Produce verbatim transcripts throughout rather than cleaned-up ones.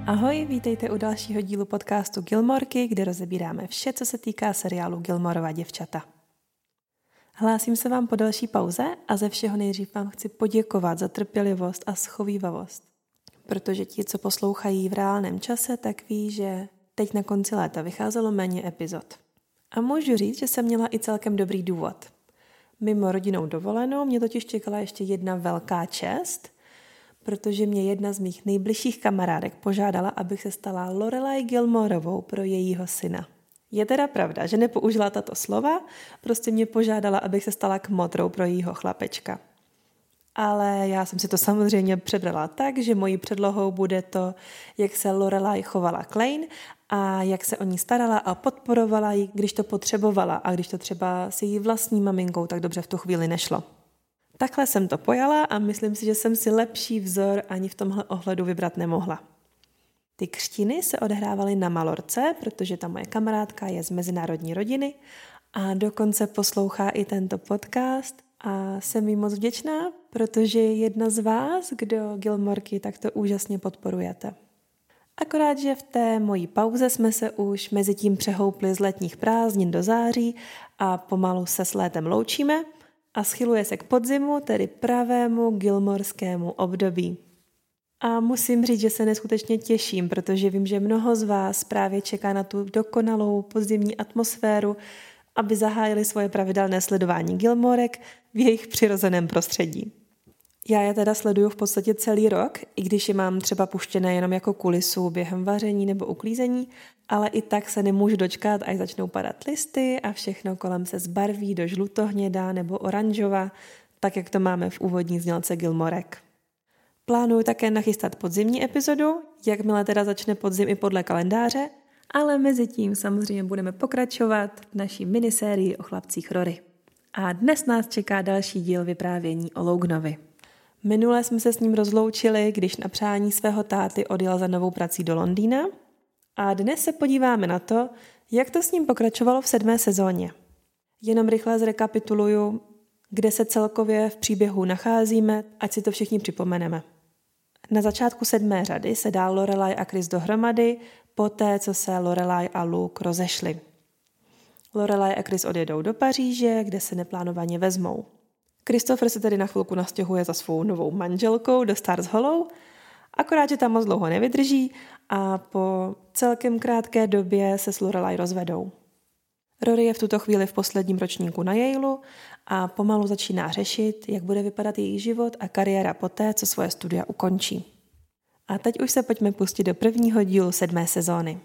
Ahoj, vítejte u dalšího dílu podcastu Gilmorky, kde rozebíráme vše, co se týká seriálu Gilmorova děvčata. Hlásím se vám po další pauze a ze všeho nejdřív vám chci poděkovat za trpělivost a schovívavost. Protože ti, co poslouchají v reálném čase, tak ví, že teď na konci léta vycházelo méně epizod. A můžu říct, že jsem měla i celkem dobrý důvod. Mimo rodinnou dovolenou mě totiž čekala ještě jedna velká čest, protože mě jedna z mých nejbližších kamarádek požádala, abych se stala Lorelai Gilmorovou pro jejího syna. Je teda pravda, že nepoužila tato slova, prostě mě požádala, abych se stala kmotrou pro jejího chlapečka. Ale já jsem si to samozřejmě přebrala tak, že mojí předlohou bude to, jak se Lorelai chovala k Lane a jak se o ní starala a podporovala ji, když to potřebovala a když to třeba s její vlastní maminkou tak dobře v tu chvíli nešlo. Takhle jsem to pojala a myslím si, že jsem si lepší vzor ani v tomhle ohledu vybrat nemohla. Ty křtiny se odehrávaly na Malorce, protože ta moje kamarádka je z mezinárodní rodiny a dokonce poslouchá i tento podcast a jsem jí moc vděčná, protože je jedna z vás, kdo Gilmorky takto úžasně podporujete. Akorát, že v té mojí pauze jsme se už mezi tím přehoupli z letních prázdnin do září a pomalu se s létem loučíme a schyluje se k podzimu, tedy pravému gilmorskému období. A musím říct, že se neskutečně těším, protože vím, že mnoho z vás právě čeká na tu dokonalou podzimní atmosféru, aby zahájili svoje pravidelné sledování Gilmorek v jejich přirozeném prostředí. Já je teda sleduju v podstatě celý rok, i když je mám třeba puštěné jenom jako kulisu během vaření nebo uklízení, ale i tak se nemůžu dočkat, až začnou padat listy a všechno kolem se zbarví do žlutohnědá nebo oranžova, tak jak to máme v úvodní znělce Gilmorek. Plánuju také nachystat podzimní epizodu, jakmile teda začne podzim i podle kalendáře, ale mezi tím samozřejmě budeme pokračovat v naší minisérii o chlapcích Rory. A dnes nás čeká další díl vyprávění o Loganovi. Minule jsme se s ním rozloučili, když na přání svého táty odjel za novou prací do Londýna a dnes se podíváme na to, jak to s ním pokračovalo v sedmé sezóně. Jenom rychle zrekapituluju, kde se celkově v příběhu nacházíme, ať si to všichni připomeneme. Na začátku sedmé řady se dá Lorelai a Chris dohromady, poté co se Lorelai a Luke rozešli. Lorelai a Chris odjedou do Paříže, kde se neplánovaně vezmou. Christopher se tedy na chvilku nastěhuje za svou novou manželkou do Stars Hollow, akorát, že tam moc dlouho nevydrží a po celkem krátké době se s Lorelai rozvedou. Rory je v tuto chvíli v posledním ročníku na Yaleu a pomalu začíná řešit, jak bude vypadat její život a kariéra poté, co svoje studia ukončí. A teď už se pojďme pustit do prvního dílu sedmé sezóny.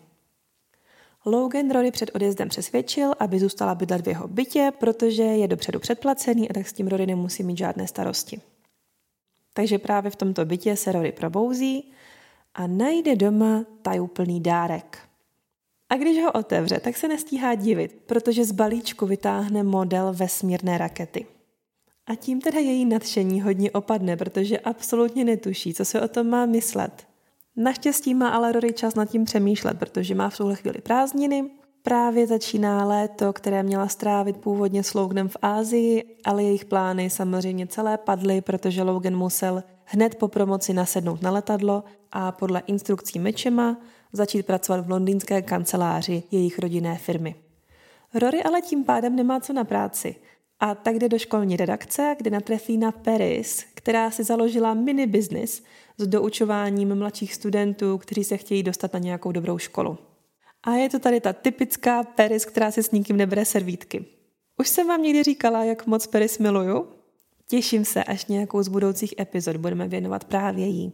Logan Rory před odjezdem přesvědčil, aby zůstala bydlet v jeho bytě, protože je dopředu předplacený a tak s tím Rory nemusí mít žádné starosti. Takže právě v tomto bytě se Rory probouzí a najde doma tajuplný dárek. A když ho otevře, tak se nestíhá divit, protože z balíčku vytáhne model vesmírné rakety. A tím teda její nadšení hodně opadne, protože absolutně netuší, co se o tom má myslet. Naštěstí má ale Rory čas nad tím přemýšlet, protože má v tuhle chvíli prázdniny. Právě začíná léto, které měla strávit původně s Loganem v Asii, ale jejich plány samozřejmě celé padly, protože Logan musel hned po promoci nasednout na letadlo a podle instrukcí Mitchema začít pracovat v londýnské kanceláři jejich rodinné firmy. Rory ale tím pádem nemá co na práci a tak jde do školní redakce, kde natrefí na Paris, která si založila mini business s doučováním mladších studentů, kteří se chtějí dostat na nějakou dobrou školu. A je to tady ta typická Paris, která si s nikým nebere servítky. Už jsem vám někdy říkala, jak moc Paris miluju? Těším se, až nějakou z budoucích epizod budeme věnovat právě jí.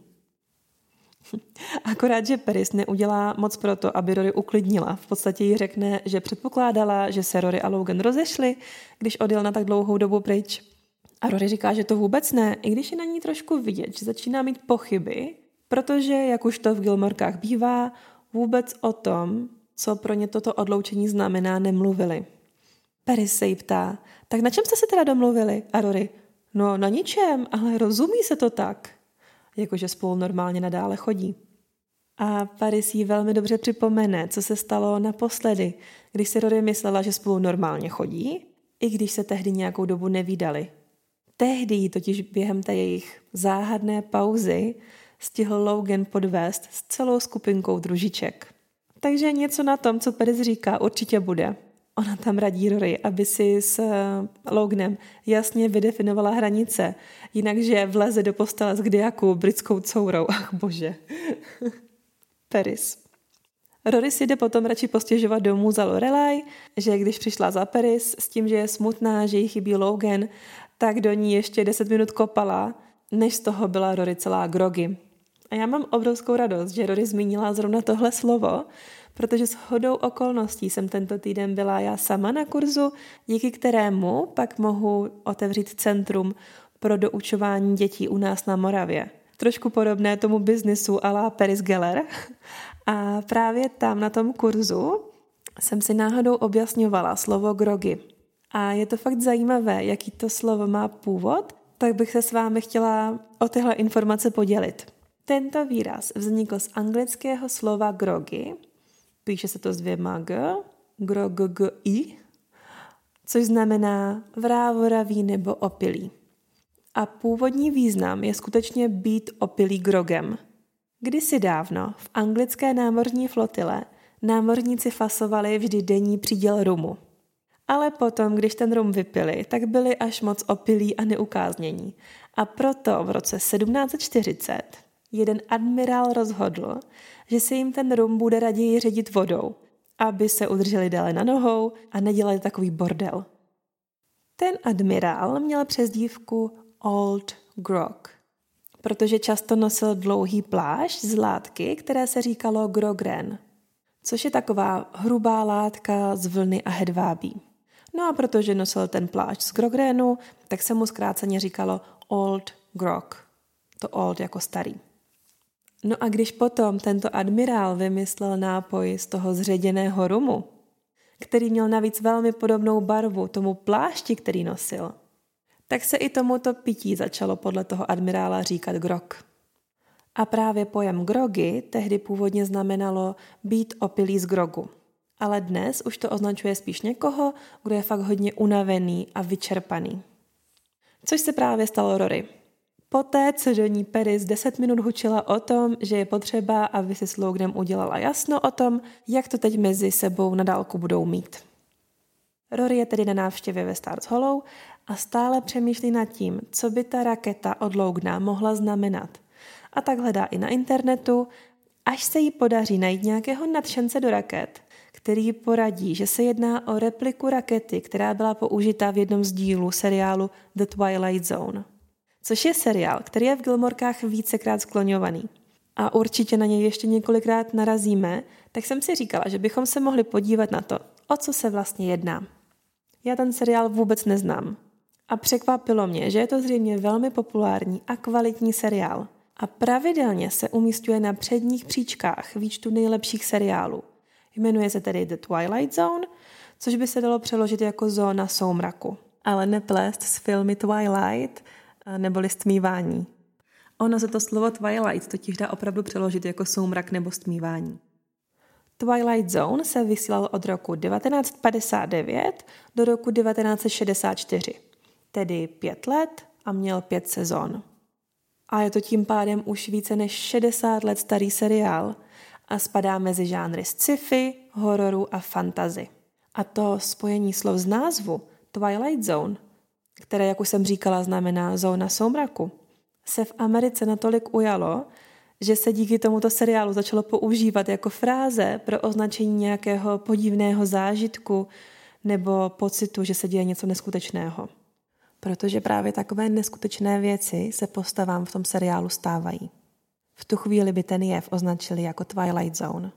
Akorát, že Paris neudělá moc pro to, aby Rory uklidnila. V podstatě jí řekne, že předpokládala, že se Rory a Logan rozešli, když odjel na tak dlouhou dobu pryč. A Rory říká, že to vůbec ne, i když je na ní trošku vidět, že začíná mít pochyby, protože, jak už to v Gilmorkách bývá, vůbec o tom, co pro ně toto odloučení znamená, nemluvili. Paris se jí ptá, tak na čem jste se teda domluvili? A Rory, no na ničem, ale rozumí se to tak. Jakože spolu normálně nadále chodí. A Paris jí velmi dobře připomene, co se stalo naposledy, když si Rory myslela, že spolu normálně chodí, i když se tehdy nějakou dobu nevídali. Tehdy totiž během té jejich záhadné pauzy stihl Logan podvést s celou skupinkou družiček. Takže něco na tom, co Paris říká, určitě bude. Ona tam radí Rory, aby si s Loganem jasně vydefinovala hranice, jinakže vleze do postele s kdejakou britskou courou. Ach bože. Paris. Rory si jde potom radši postěžovat domů za Lorelai, že když přišla za Paris s tím, že je smutná, že jí chybí Logan, tak do ní ještě deset minut kopala, než z toho byla Rory celá groggy. A já mám obrovskou radost, že Rory zmínila zrovna tohle slovo, protože s shodou okolností jsem tento týden byla já sama na kurzu, díky kterému pak mohu otevřít centrum pro doučování dětí u nás na Moravě. Trošku podobné tomu biznisu à la Paris Geller. A právě tam na tom kurzu jsem si náhodou objasňovala slovo groggy. A je to fakt zajímavé, jaký to slovo má původ, tak bych se s vámi chtěla o tyhle informace podělit. Tento výraz vznikl z anglického slova groggy, píše se to s dvěma g, groggy, což znamená vrávoravý nebo opilý. A původní význam je skutečně být opilý grogem. Kdysi dávno v anglické námořní flotile námořníci fasovali vždy denní příděl rumu. Ale potom, když ten rum vypili, tak byli až moc opilí a neukáznění. A proto v roce sedmnáct set čtyřicet jeden admirál rozhodl, že se jim ten rum bude raději ředit vodou, aby se udrželi déle na nohou a nedělali takový bordel. Ten admirál měl přezdívku Old Grog, protože často nosil dlouhý plášť z látky, které se říkalo grogren, což je taková hrubá látka z vlny a hedvábí. No a protože nosil ten plášť z grogrenu, tak se mu zkráceně říkalo Old Grog, to old jako starý. No a když potom tento admirál vymyslel nápoj z toho zředěného rumu, který měl navíc velmi podobnou barvu tomu plášti, který nosil, tak se i tomuto pití začalo podle toho admirála říkat grog. A právě pojem groggy tehdy původně znamenalo být opilý z grogu. Ale dnes už to označuje spíš někoho, kdo je fakt hodně unavený a vyčerpaný. Což se právě stalo Rory. Poté, co do ní Paris deset minut hučila o tom, že je potřeba, aby si s Loganem udělala jasno o tom, jak to teď mezi sebou na dálku budou mít. Rory je tedy na návštěvě ve Stars Hollow a stále přemýšlí nad tím, co by ta raketa od Logana mohla znamenat. A tak hledá i na internetu, až se jí podaří najít nějakého nadšence do raket, který jí poradí, že se jedná o repliku rakety, která byla použita v jednom z dílů seriálu The Twilight Zone. Což je seriál, který je v Gilmorkách vícekrát skloňovaný. A určitě na něj ještě několikrát narazíme, tak jsem si říkala, že bychom se mohli podívat na to, o co se vlastně jedná. Já ten seriál vůbec neznám. A překvapilo mě, že je to zřejmě velmi populární a kvalitní seriál. A pravidelně se umísťuje na předních příčkách výčtu nejlepších seriálů. Jmenuje se tedy The Twilight Zone, což by se dalo přeložit jako zóna soumraku. Ale neplést s filmy Twilight neboli stmívání. Ono se to slovo Twilight totiž dá opravdu přeložit jako soumrak nebo stmívání. Twilight Zone se vysílal od roku devatenáct padesát devět do roku devatenáct šedesát čtyři, tedy pět let a měl pět sezon. A je to tím pádem už více než šedesát let starý seriál a spadá mezi žánry sci-fi, hororu a fantasy. A to spojení slov z názvu Twilight Zone, které, jak už jsem říkala, znamená zóna soumraku, se v Americe natolik ujalo, že se díky tomuto seriálu začalo používat jako fráze pro označení nějakého podivného zážitku nebo pocitu, že se děje něco neskutečného. Protože právě takové neskutečné věci se postavám v tom seriálu stávají. V tu chvíli by ten jev označili jako Twilight Zone.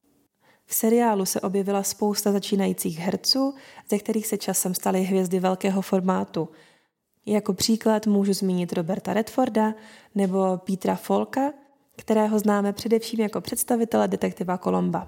V seriálu se objevila spousta začínajících herců, ze kterých se časem staly hvězdy velkého formátu. Jako příklad můžu zmínit Roberta Redforda nebo Petra Falka, kterého známe především jako představitele detektiva Columba.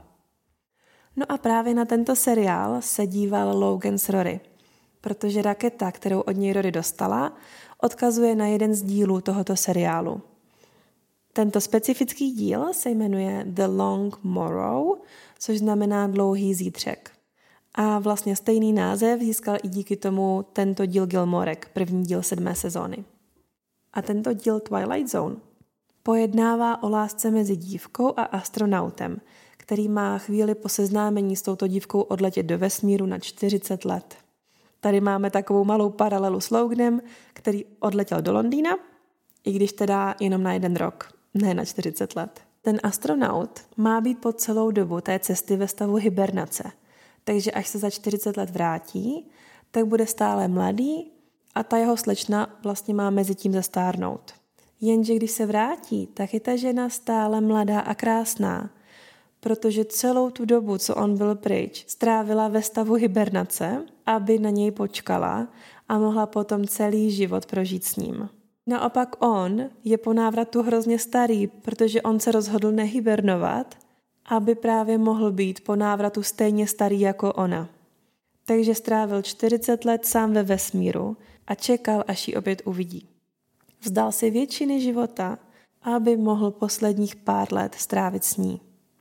No a právě na tento seriál se díval Logan s Rory, protože raketa, kterou od něj Rory dostala, odkazuje na jeden z dílů tohoto seriálu. Tento specifický díl se jmenuje The Long Morrow, což znamená dlouhý zítřek. A vlastně stejný název získal i díky tomu tento díl Gilmorek, první díl sedmé sezóny. A tento díl Twilight Zone Pojednává o lásce mezi dívkou a astronautem, který má chvíli po seznámení s touto dívkou odletět do vesmíru na čtyřicet let. Tady máme takovou malou paralelu s Loganem, který odletěl do Londýna, i když teda jenom na jeden rok, ne na čtyřicet let. Ten astronaut má být po celou dobu té cesty ve stavu hibernace, takže až se za čtyřicet let vrátí, tak bude stále mladý a ta jeho slečna vlastně má mezi tím zestárnout. Jenže když se vrátí, tak je ta žena stále mladá a krásná, protože celou tu dobu, co on byl pryč, strávila ve stavu hibernace, aby na něj počkala a mohla potom celý život prožít s ním. Naopak on je po návratu hrozně starý, protože on se rozhodl nehibernovat, aby právě mohl být po návratu stejně starý jako ona. Takže strávil čtyřicet let sám ve vesmíru a čekal, až ji opět uvidí. Vzdal si většiny života, aby mohl posledních pár let strávit s ní.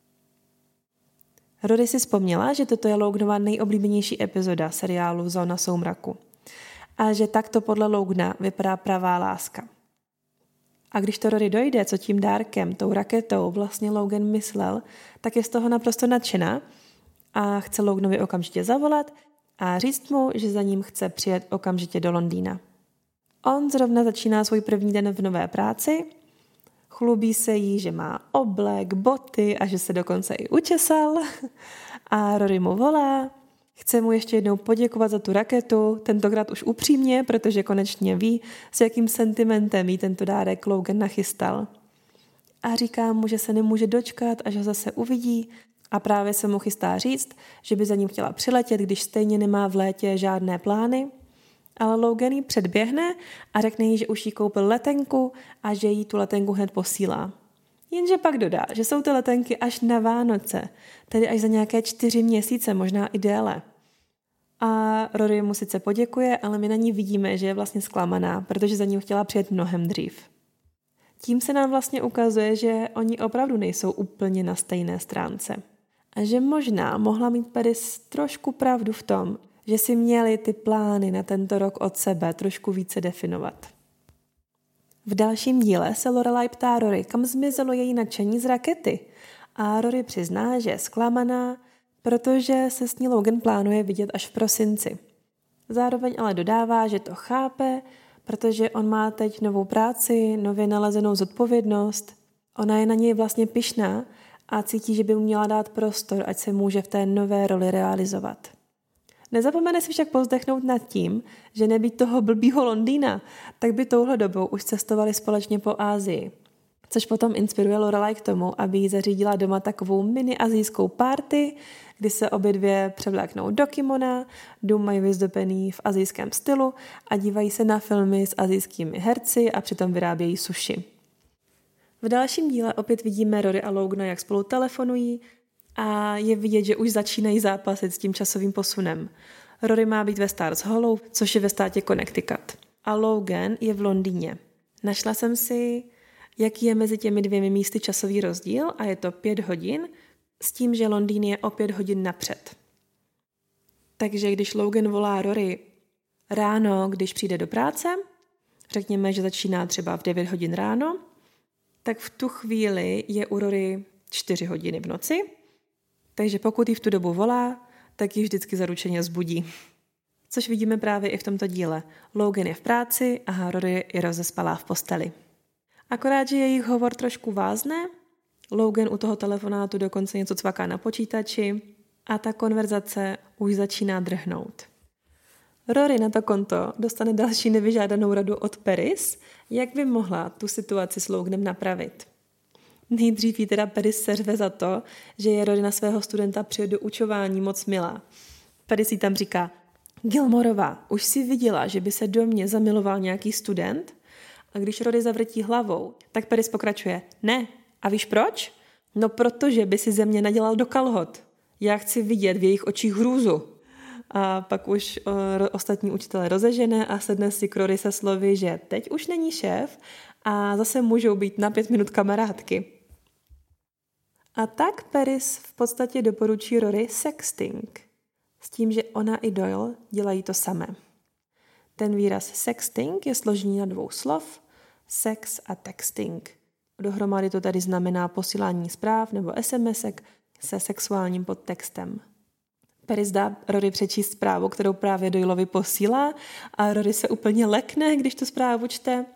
Rory si vzpomněla, že toto je Loganova nejoblíbenější epizoda seriálu Zóna soumraku a že takto podle Logana vypadá pravá láska. A když to Rory dojde, co tím dárkem, tou raketou vlastně Logan myslel, tak je z toho naprosto nadšená a chce Loganovi okamžitě zavolat a říct mu, že za ním chce přijet okamžitě do Londýna. On zrovna začíná svůj první den v nové práci, chlubí se jí, že má oblek, boty a že se dokonce i učesal a Rory mu volá. Chce mu ještě jednou poděkovat za tu raketu, tentokrát už upřímně, protože konečně ví, s jakým sentimentem jí tento dárek Logan nachystal. A říká mu, že se nemůže dočkat, až ho zase uvidí a právě se mu chystá říct, že by za ním chtěla přiletět, když stejně nemá v létě žádné plány. Ale Logan jí předběhne a řekne jí, že už jí koupil letenku a že jí tu letenku hned posílá. Jenže pak dodá, že jsou ty letenky až na Vánoce, tedy až za nějaké čtyři měsíce, možná i déle. A Rory mu sice poděkuje, ale my na ní vidíme, že je vlastně zklamaná, protože za ním chtěla přijet mnohem dřív. Tím se nám vlastně ukazuje, že oni opravdu nejsou úplně na stejné stránce. A že možná mohla mít Paris trošku pravdu v tom, že si měli ty plány na tento rok od sebe trošku více definovat. V dalším díle se Lorelai ptá Rory, kam zmizelo její nadšení z rakety. A Rory přizná, že je zklamaná, protože se s ní Logan plánuje vidět až v prosinci. Zároveň ale dodává, že to chápe, protože on má teď novou práci, nově nalezenou zodpovědnost. Ona je na něj vlastně pyšná a cítí, že by mu měla dát prostor, ať se může v té nové roli realizovat. Nezapomene si však povzdechnout nad tím, že nebýt toho blbýho Londýna, tak by touhle dobou už cestovali společně po Asii. Což potom inspiruje Lorelai k tomu, aby jí zařídila doma takovou mini asijskou party, kdy se obě dvě převléknou do kimona, dům mají vyzdobený v asijském stylu a dívají se na filmy s asijskými herci a přitom vyrábějí sushi. V dalším díle opět vidíme Rory a Logana, jak spolu telefonují, a je vidět, že už začínají zápasit s tím časovým posunem. Rory má být ve Stars Hollow, což je ve státě Connecticut. A Logan je v Londýně. Našla jsem si, jaký je mezi těmi dvěmi místy časový rozdíl a je to pět hodin, s tím, že Londýn je o pět hodin napřed. Takže když Logan volá Rory ráno, když přijde do práce, řekněme, že začíná třeba v devět hodin ráno, tak v tu chvíli je u Rory čtyři hodiny v noci, takže pokud ji v tu dobu volá, tak ji vždycky zaručeně zbudí. Což vidíme právě i v tomto díle. Logan je v práci a Rory je rozespalá v posteli. Akorát, že jejich hovor trošku vázne, Logan u toho telefonátu dokonce něco cvaká na počítači a ta konverzace už začíná drhnout. Rory na to konto dostane další nevyžádanou radu od Paris, jak by mohla tu situaci s Loganem napravit. Nejdřív jí teda Paris seřve za to, že je Rory na svého studenta při doučování moc milá. Paris jí tam říká, Gilmorová, už si viděla, že by se do mě zamiloval nějaký student? A když Rory zavrtí hlavou, tak Paris pokračuje, ne, a víš proč? No protože by si ze mě nadělal do kalhot. Já chci vidět v jejich očích hrůzu. A pak už o, ostatní učitelé rozežene a sedne si k Rory se slovy, že teď už není šéf a zase můžou být na pět minut kamarádky. A tak Paris v podstatě doporučí Rory sexting. S tím, že ona i Doyle dělají to samé. Ten výraz sexting je složení na dvou slov, sex a texting. Dohromady to tady znamená posílání zpráv nebo SMSek se sexuálním podtextem. Paris dá Rory přečíst zprávu, kterou právě Doyleovi posílá a Rory se úplně lekne, když tu zprávu čte.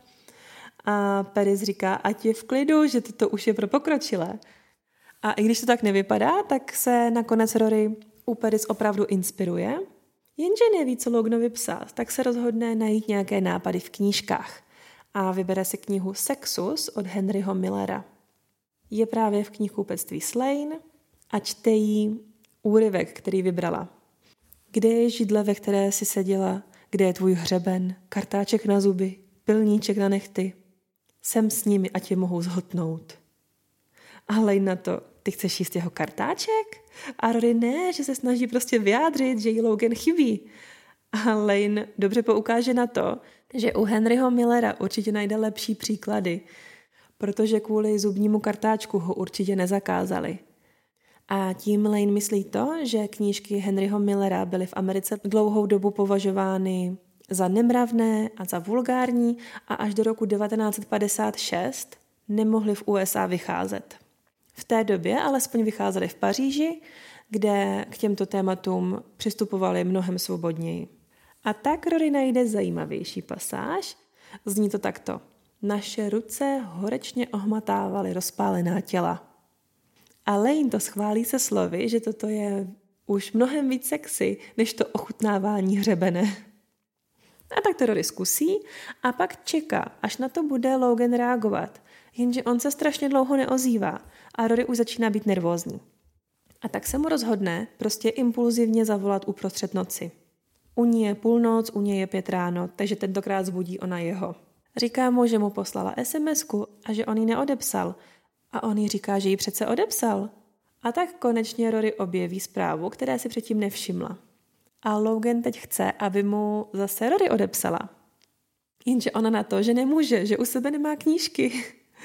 A Paris říká, ať je v klidu, že toto už je pro pokročilé. A i když to tak nevypadá, tak se nakonec Rory u Paris opravdu inspiruje. Jenže neví, co Loganovi psát, tak se rozhodne najít nějaké nápady v knížkách. A vybere si knihu Sexus od Henryho Millera. Je právě v knihkupectví Slane a čte jí úryvek, který vybrala. Kde je židle, ve které si seděla? Kde je tvůj hřeben? Kartáček na zuby? Pilníček na nehty? Jsem s nimi, ať je mohou zhltnout. A Lane na to, ty chceš jíst jeho kartáček? A Rory ne, že se snaží prostě vyjádřit, že jí Logan chybí. A Lane dobře poukáže na to, že u Henryho Millera určitě najde lepší příklady, protože kvůli zubnímu kartáčku ho určitě nezakázali. A tím Lane myslí to, že knížky Henryho Millera byly v Americe dlouhou dobu považovány za nemravné a za vulgární a až do roku devatenáct padesát šest nemohly v U S A vycházet. V té době alespoň vycházely v Paříži, kde k těmto tématům přistupovali mnohem svobodněji. A tak Rory najde zajímavější pasáž. Zní to takto. Naše ruce horečně ohmatávaly rozpálená těla. A Lane to schválí se slovy, že toto je už mnohem víc sexy, než to ochutnávání hřebene. A tak to Rory zkusí a pak čeká, až na to bude Logan reagovat. Jenže on se strašně dlouho neozývá a Rory už začíná být nervózní. A tak se mu rozhodne prostě impulzivně zavolat uprostřed noci. U ní je půlnoc, u něj je pět ráno, takže tentokrát zbudí ona jeho. Říká mu, že mu poslala SMSku a že on ji neodepsal. A on jí říká, že ji přece odepsal. A tak konečně Rory objeví zprávu, které si předtím nevšimla. A Logan teď chce, aby mu zase Rory odepsala. Jenže ona na to, že nemůže, že u sebe nemá knížky.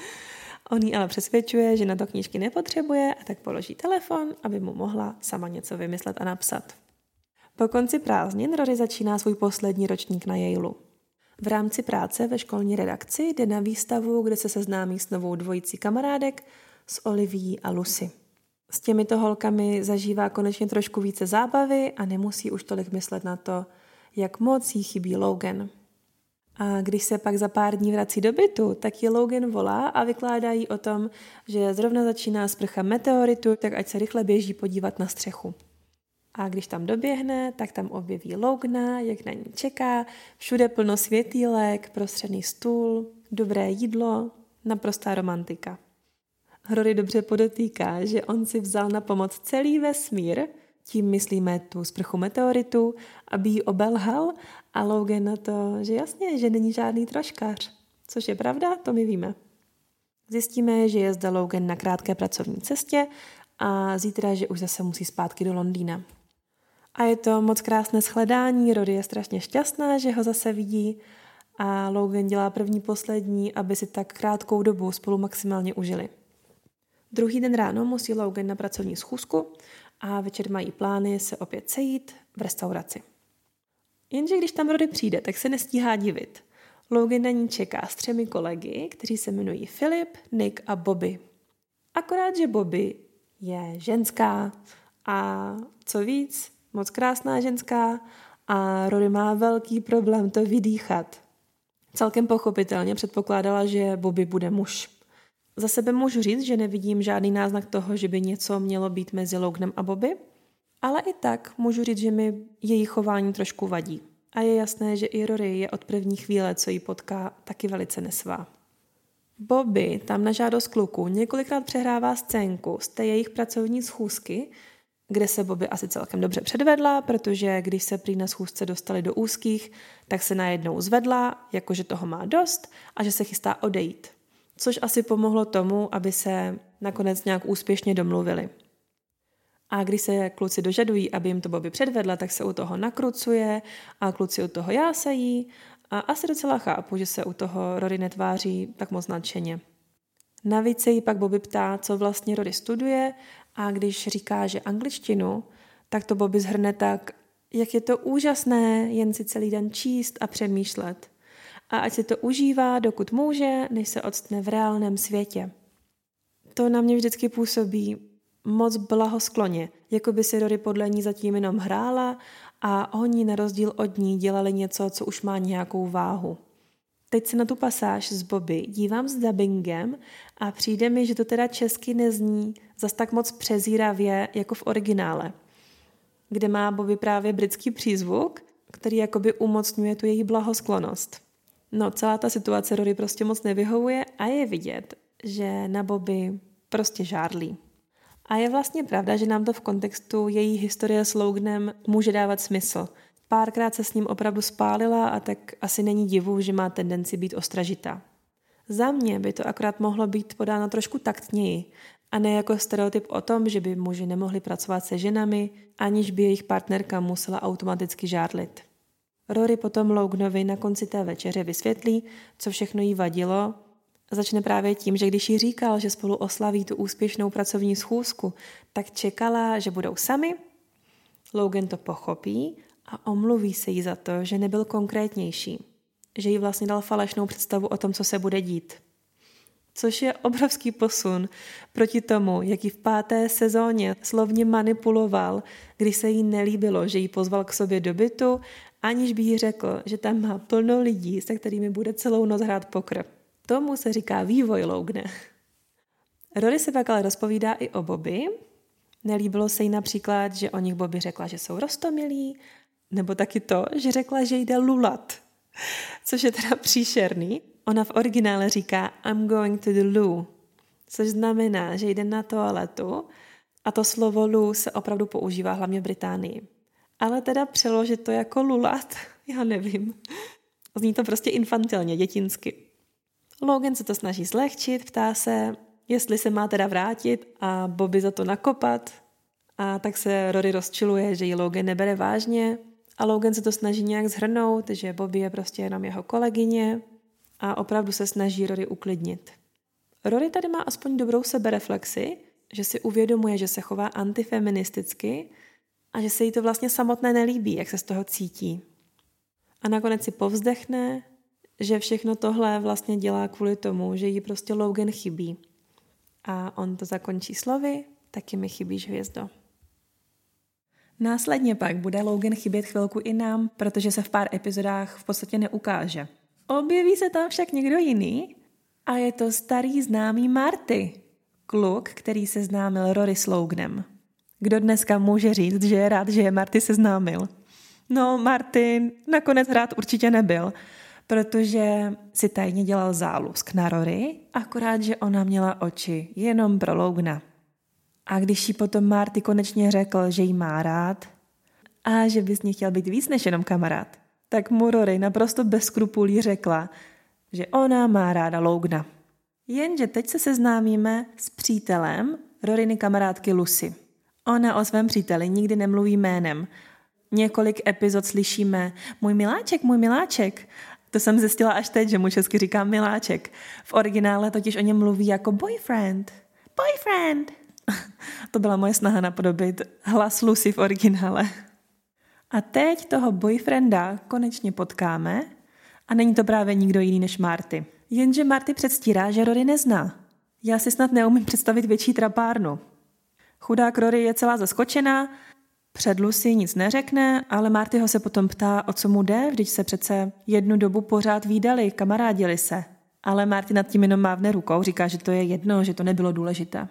On jí ale přesvědčuje, že na to knížky nepotřebuje a tak položí telefon, aby mu mohla sama něco vymyslet a napsat. Po konci prázdnin Rory začíná svůj poslední ročník na Yaleu. V rámci práce ve školní redakci jde na výstavu, kde se seznámí s novou dvojicí kamarádek, s Olivií a Lucy. S těmito holkami zažívá konečně trošku více zábavy a nemusí už tolik myslet na to, jak moc jí chybí Logan. A když se pak za pár dní vrací do bytu, tak je Logan volá a vykládá jí o tom, že zrovna začíná sprcha meteoritu, tak ať se rychle běží podívat na střechu. A když tam doběhne, tak tam objeví Logana, jak na ní čeká, všude plno světýlek, prostřední stůl, dobré jídlo, naprostá romantika. Rory dobře podotýká, že on si vzal na pomoc celý vesmír, tím myslíme tu sprchu meteoritu, aby ji obelhal a Logan na to, že jasně, že není žádný troškař. Což je pravda, to my víme. Zjistíme, že je zde Logan na krátké pracovní cestě a zítra, že už zase musí zpátky do Londýna. A je to moc krásné shledání, Rory je strašně šťastná, že ho zase vidí a Logan dělá první poslední, aby si tak krátkou dobu spolu maximálně užili. Druhý den ráno musí Logan na pracovní schůzku a večer mají plány se opět sejít v restauraci. Jenže když tam Rory přijde, tak se nestíhá divit. Logan na ní čeká s třemi kolegy, kteří se jmenují Philip, Nick a Bobby. Akorát, že Bobby je ženská a co víc, moc krásná ženská a Rory má velký problém to vydýchat. Celkem pochopitelně předpokládala, že Bobby bude muž. Za sebe můžu říct, že nevidím žádný náznak toho, že by něco mělo být mezi Loganem a Bobby, ale i tak můžu říct, že mi její chování trošku vadí. A je jasné, že i Rory je od první chvíle, co ji potká, taky velice nesvá. Bobby tam na žádost kluku několikrát přehrává scénku z té jejich pracovní schůzky, kde se Bobby asi celkem dobře předvedla, protože když se prý na schůzce dostali do úzkých, tak se najednou zvedla, jakože toho má dost a že se chystá odejít. Což asi pomohlo tomu, aby se nakonec nějak úspěšně domluvili. A když se kluci dožadují, aby jim to Bobby předvedla, tak se u toho nakrucuje a kluci u toho jásají a asi docela chápu, že se u toho Rory netváří tak moc nadšeně. Navíc se jí pak Bobby ptá, co vlastně Rory studuje a když říká, že angličtinu, tak to Bobby zhrne tak, jak je to úžasné jen si celý den číst a přemýšlet. a ať si to užívá, dokud může, než se odstne v reálném světě. To na mě vždycky působí moc blahoskloně, jako by si Rory podle ní zatím jenom hrála a oni na rozdíl od ní dělali něco, co už má nějakou váhu. Teď se na tu pasáž z Bobby dívám s dubbingem a přijde mi, že to teda česky nezní zas tak moc přezíravě jako v originále, kde má Bobby právě britský přízvuk, který jakoby umocňuje tu její blahosklonost. No, celá ta situace Rory prostě moc nevyhovuje a je vidět, že na Bobby prostě žárlí. A je vlastně pravda, že nám to v kontextu její historie s Loganem může dávat smysl. Párkrát se s ním opravdu spálila a tak asi není divu, že má tendenci být ostražitá. Za mě by to akorát mohlo být podáno trošku taktněji a ne jako stereotyp o tom, že by muži nemohli pracovat se ženami, aniž by jejich partnerka musela automaticky žárlit. Rory potom Loganovi na konci té večeře vysvětlí, co všechno jí vadilo. Začne právě tím, že když jí říkal, že spolu oslaví tu úspěšnou pracovní schůzku, tak čekala, že budou sami. Logan to pochopí a omluví se jí za to, že nebyl konkrétnější. Že jí vlastně dal falešnou představu o tom, co se bude dít. Což je obrovský posun proti tomu, jak ji v páté sezóně slovně manipuloval, když se jí nelíbilo, že ji pozval k sobě do bytu, aniž by jí řekl, že tam má plno lidí, se kterými bude celou noc hrát pokr. Tomu se říká vývoj, Logane. Rory se pak ale rozpovídá i o Bobby. Nelíbilo se jí například, že o nich Bobby řekla, že jsou roztomilí, nebo taky to, že řekla, že jde lulat. Což je teda příšerný. Ona v originále říká I'm going to the loo, což znamená, že jde na toaletu a to slovo loo se opravdu používá hlavně v Británii. Ale teda přeložit to jako lulat, já nevím. Zní to prostě infantilně, dětinsky. Logan se to snaží zlehčit, ptá se, jestli se má teda vrátit a Bobby za to nakopat. A tak se Rory rozčiluje, že ji Logan nebere vážně a Logan se to snaží nějak shrnout, že Bobby je prostě jenom jeho kolegyně a opravdu se snaží Rory uklidnit. Rory tady má aspoň dobrou sebereflexi, že si uvědomuje, že se chová antifeministicky a že se jí to vlastně samotné nelíbí, jak se z toho cítí. A nakonec si povzdechne, že všechno tohle vlastně dělá kvůli tomu, že jí prostě Logan chybí. A on to zakončí slovy, taky mi chybíš, hvězdo. Následně pak bude Logan chybět chvilku i nám, protože se v pár epizodách v podstatě neukáže. Objeví se tam však někdo jiný a je to starý známý Marty, kluk, který seznámil Rory s Loganem. Kdo dneska může říct, že je rád, že je Marty seznámil? No, Martin nakonec rád určitě nebyl, protože si tajně dělal zálusk na Rory, akorát, že ona měla oči jenom pro Logana. A když jí potom Marty konečně řekl, že jí má rád a že by s ní chtěl být víc než jenom kamarád, tak mu Rory naprosto bez skrupulí řekla, že ona má ráda Logana. Jenže teď se seznámíme s přítelem Roryny kamarádky Lucy. Ona o svém příteli nikdy nemluví jménem. Několik epizod slyšíme můj miláček, můj miláček. To jsem zjistila až teď, že mu česky říká miláček. V originále totiž o něm mluví jako boyfriend. Boyfriend! To byla moje snaha napodobit hlas Lucy v originále. A teď toho boyfrienda konečně potkáme a není to právě nikdo jiný než Marty. Jenže Marty předstírá, že Rory nezná. Já si snad neumím představit větší trapárnu. Chudák Rory je celá zaskočená, před Lucy nic neřekne, ale Marty ho se potom ptá, o co mu jde, vždyť se přece jednu dobu pořád vídali, kamarádili se. Ale Marty nad tím jenom mávne rukou, říká, že to je jedno, že to nebylo důležité.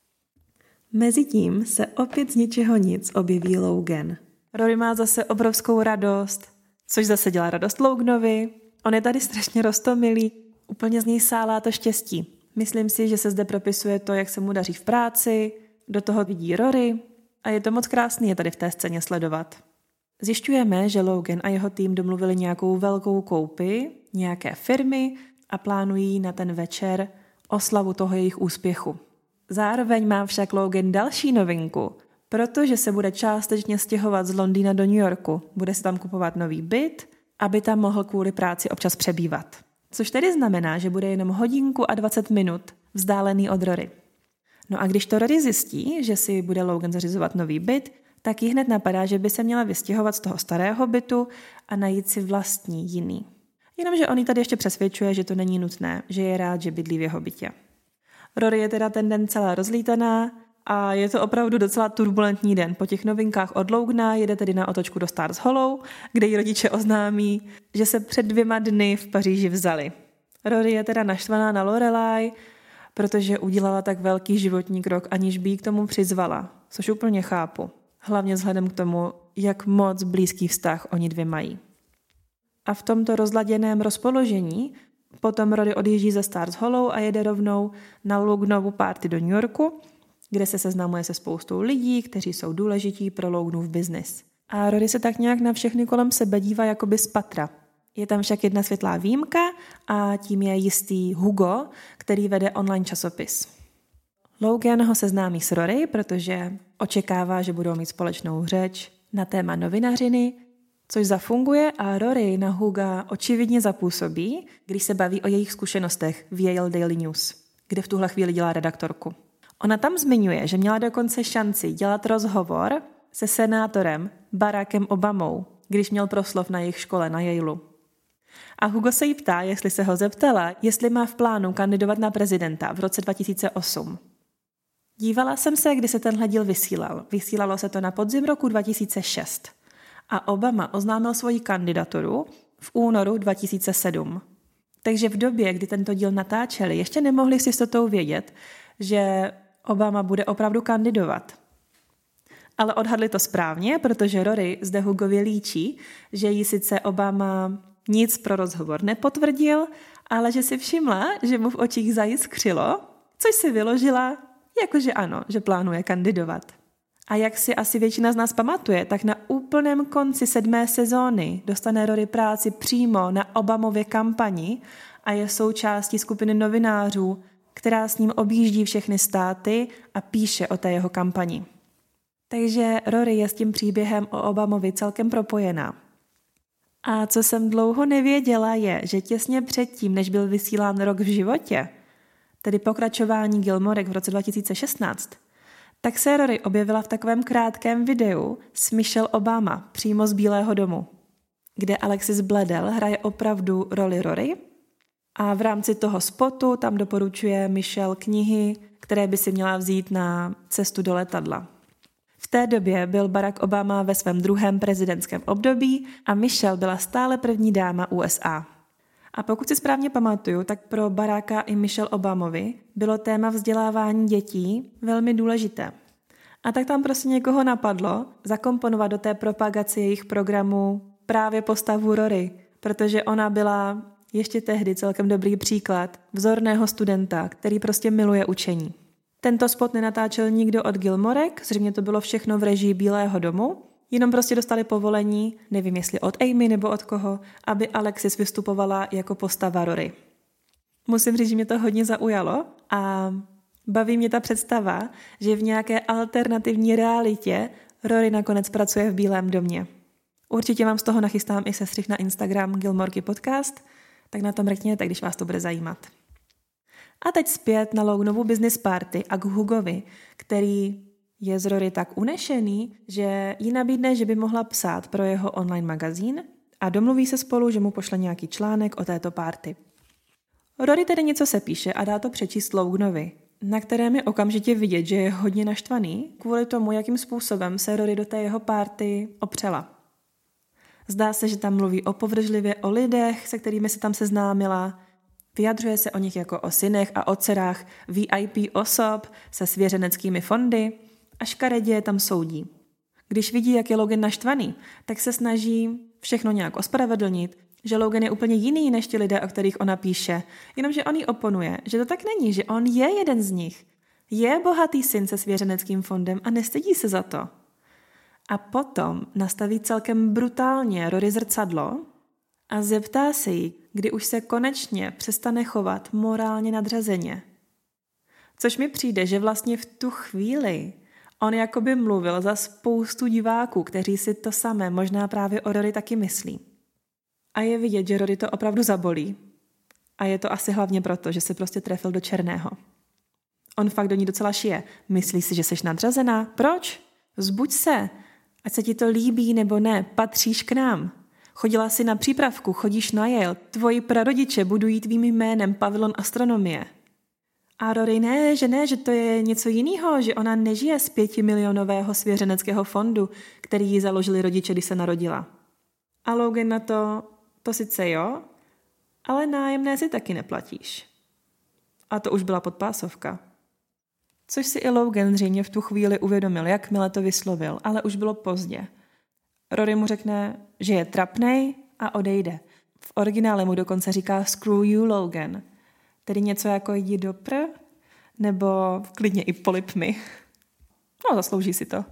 Mezitím se opět z ničeho nic objeví Logan. Rory má zase obrovskou radost, což zase dělá radost Loganovi. On je tady strašně roztomilý, úplně z něj sálá to štěstí. Myslím si, že se zde propisuje to, jak se mu daří v práci, do toho vidí Rory a je to moc krásný je tady v té scéně sledovat. Zjišťujeme, že Logan a jeho tým domluvili nějakou velkou koupi, nějaké firmy a plánují na ten večer oslavu toho jejich úspěchu. Zároveň má však Logan další novinku, protože se bude částečně stěhovat z Londýna do New Yorku. Bude si tam kupovat nový byt, aby tam mohl kvůli práci občas přebývat. Což tedy znamená, že bude jenom hodinku a dvacet minut vzdálený od Rory. No a když to Rory zjistí, že si bude Logan zařizovat nový byt, tak jí hned napadá, že by se měla vystěhovat z toho starého bytu a najít si vlastní jiný. Jenomže on jí tady ještě přesvědčuje, že to není nutné, že je rád, že bydlí v jeho bytě. Rory je teda ten den celá rozlítaná a je to opravdu docela turbulentní den. Po těch novinkách od Logana jede tedy na otočku do Stars Hollow, kde jí rodiče oznámí, že se před dvěma dny v Paříži vzali. Rory je teda naštvaná na Lorelai, protože udělala tak velký životní krok, aniž by jí k tomu přizvala, což úplně chápu. Hlavně vzhledem k tomu, jak moc blízký vztah oni dvě mají. A v tomto rozladěném rozpoložení potom Rory odjíždí ze Stars Hollow a jede rovnou na Loganovu party do New Yorku, kde se seznamuje se spoustou lidí, kteří jsou důležití pro Loganův biznis. A Rory se tak nějak na všechny kolem sebe dívá jakoby z patra. Je tam však jedna světlá výjimka a tím je jistý Hugo, který vede online časopis. Logan ho seznámí s Rory, protože očekává, že budou mít společnou řeč na téma novinařiny, což zafunguje a Rory na Huga očividně zapůsobí, když se baví o jejich zkušenostech v Yale Daily News, kde v tuhle chvíli dělá redaktorku. Ona tam zmiňuje, že měla dokonce šanci dělat rozhovor se senátorem Barackem Obamou, když měl proslov na jejich škole na Yaleu. A Hugo se jí ptá, jestli se ho zeptala, jestli má v plánu kandidovat na prezidenta v roce dva tisíce osm. Dívala jsem se, kdy se tenhle díl vysílal. Vysílalo se to na podzim roku dva tisíce šest. A Obama oznámil svoji kandidaturu v únoru dva tisíce sedm. Takže v době, kdy tento díl natáčeli, ještě nemohli s jistotou vědět, že Obama bude opravdu kandidovat. Ale odhadli to správně, protože Rory zde Hugovi líčí, že jí sice Obama nic pro rozhovor nepotvrdil, ale že si všimla, že mu v očích zajiskřilo, což si vyložila, jakože ano, že plánuje kandidovat. A jak si asi většina z nás pamatuje, tak na úplném konci sedmé sezóny dostane Rory práci přímo na Obamově kampani a je součástí skupiny novinářů, která s ním objíždí všechny státy a píše o té jeho kampani. Takže Rory je s tím příběhem o Obamovi celkem propojená. A co jsem dlouho nevěděla je, že těsně předtím, než byl vysílán Rok v životě, tedy pokračování Gilmorek v roce dva tisíce šestnáct, tak se Rory objevila v takovém krátkém videu s Michelle Obama přímo z Bílého domu, kde Alexis Bledel hraje opravdu roli Rory a v rámci toho spotu tam doporučuje Michelle knihy, které by si měla vzít na cestu do letadla. V té době byl Barack Obama ve svém druhém prezidentském období a Michelle byla stále první dáma U S A. A pokud si správně pamatuju, tak pro Baracka i Michelle Obamovi bylo téma vzdělávání dětí velmi důležité. A tak tam prostě někoho napadlo zakomponovat do té propagace jejich programu právě postavu Rory, protože ona byla ještě tehdy celkem dobrý příklad vzorného studenta, který prostě miluje učení. Tento spot nenatáčel nikdo od Gilmorek, zřejmě to bylo všechno v režii Bílého domu, jenom prostě dostali povolení, nevím jestli od Amy nebo od koho, aby Alexis vystupovala jako postava Rory. Musím říct, že mě to hodně zaujalo a baví mě ta představa, že v nějaké alternativní realitě Rory nakonec pracuje v Bílém domě. Určitě vám z toho nachystám i sestřih na Instagram Gilmorky podcast, tak na to mrkněte, když vás to bude zajímat. A teď zpět na Loganovu business party a k Hugovi, který je z Rory tak unešený, že jí nabídne, že by mohla psát pro jeho online magazín a domluví se spolu, že mu pošle nějaký článek o této party. Rory tedy něco se píše a dá to přečíst Loganovi, na kterém je okamžitě vidět, že je hodně naštvaný kvůli tomu, jakým způsobem se Rory do té jeho party opřela. Zdá se, že tam mluví opovržlivě o lidech, se kterými se tam seznámila, vyjadřuje se o nich jako o synech a o dcerách V I P osob se svěřeneckými fondy a škaredě je tam soudí. Když vidí, jak je Logan naštvaný, tak se snaží všechno nějak ospravedlnit, že Logan je úplně jiný než ti lidé, o kterých ona píše, jenomže on jí oponuje, že to tak není, že on je jeden z nich. Je bohatý syn se svěřeneckým fondem a nestydí se za to. A potom nastaví celkem brutálně Rory zrcadlo a zeptá se jí, kdy už se konečně přestane chovat morálně nadřazeně. Což mi přijde, že vlastně v tu chvíli on jakoby mluvil za spoustu diváků, kteří si to samé možná právě o Rory taky myslí. A je vidět, že Rory to opravdu zabolí. A je to asi hlavně proto, že se prostě trefil do černého. On fakt do ní docela šije. Myslíš si, že jsi nadřazená? Proč? Zbuď se. Ať se ti to líbí nebo ne, patříš k nám. Chodila jsi na přípravku, chodíš na Yale, tvoji prarodiče budují tvým jménem pavilon astronomie. A Rory ne, že ne, že to je něco jiného, že ona nežije z pětimilionového svěřeneckého fondu, který ji založili rodiče, když se narodila. A Logan na to, to sice jo, ale nájemné si taky neplatíš. A to už byla podpásovka. Což si i Logan zřejmě v tu chvíli uvědomil, jakmile to vyslovil, ale už bylo pozdě. Rory mu řekne, že je trapnej a odejde. V originále mu dokonce říká screw you, Logan. Tedy něco jako jdi do pr, nebo klidně i polip mi. No, zaslouží si to.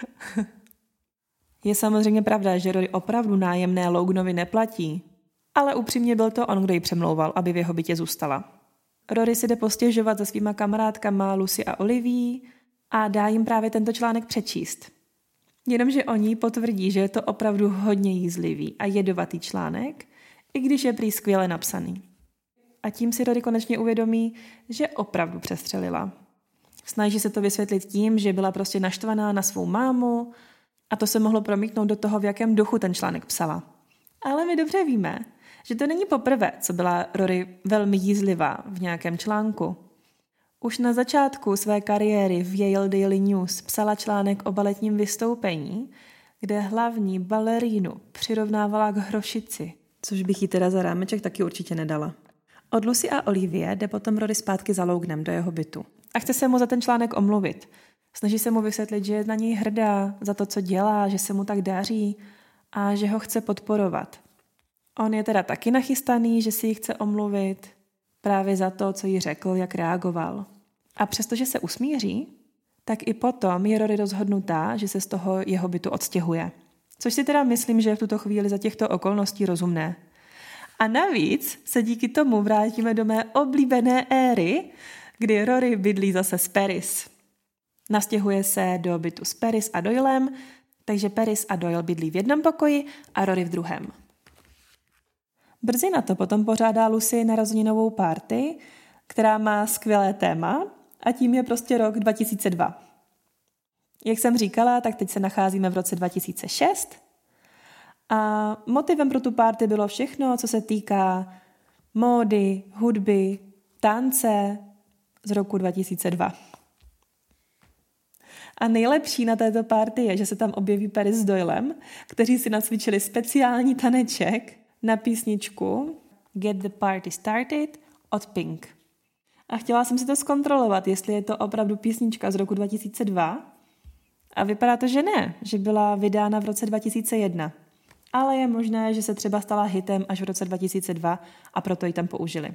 Je samozřejmě pravda, že Rory opravdu nájemné Loganovi neplatí, ale upřímně byl to on, kdo ji přemlouval, aby v jeho bytě zůstala. Rory si jde postěžovat se svýma kamarádkama Lucy a Olivii a dá jim právě tento článek přečíst. Jenomže oni potvrdí, že je to opravdu hodně jízlivý a jedovatý článek, i když je prý skvěle napsaný. A tím si Rory konečně uvědomí, že opravdu přestřelila. Snaží se to vysvětlit tím, že byla prostě naštvaná na svou mámu a to se mohlo promítnout do toho, v jakém duchu ten článek psala. Ale my dobře víme, že to není poprvé, co byla Rory velmi jízlivá v nějakém článku. Už na začátku své kariéry v Yale Daily News psala článek o baletním vystoupení, kde hlavní balerínu přirovnávala k hrošici, což bych jí teda za rámeček taky určitě nedala. Od Lucy a Olivie jde potom Rory zpátky za Loganem do jeho bytu. A chce se mu za ten článek omluvit. Snaží se mu vysvětlit, že je na něj hrdá za to, co dělá, že se mu tak daří a že ho chce podporovat. On je teda taky nachystaný, že si ji chce omluvit právě za to, co jí řekl, jak reagoval. A přestože se usmíří, tak i potom je Rory rozhodnutá, že se z toho jeho bytu odstěhuje. Což si teda myslím, že je v tuto chvíli za těchto okolností rozumné. A navíc se díky tomu vrátíme do mé oblíbené éry, kdy Rory bydlí zase s Paris. Nastěhuje se do bytu s Paris a Doylem, takže Paris a Doyle bydlí v jednom pokoji a Rory v druhém. Brzy na to potom pořádá Lucy narozeninovou party, která má skvělé téma a tím je prostě rok dva tisíce dva. Jak jsem říkala, tak teď se nacházíme v roce dva tisíce šest a motivem pro tu party bylo všechno, co se týká módy, hudby, tance z roku dva tisíce dva. A nejlepší na této party je, že se tam objeví Paris s Doylem, kteří si nacvičili speciální taneček na písničku Get the Party Started od Pink. A chtěla jsem si to zkontrolovat, jestli je to opravdu písnička z roku dva tisíce dva. A vypadá to, že ne, že byla vydána v roce dva tisíce jedna. Ale je možné, že se třeba stala hitem až v roce dva tisíce dva a proto ji tam použili.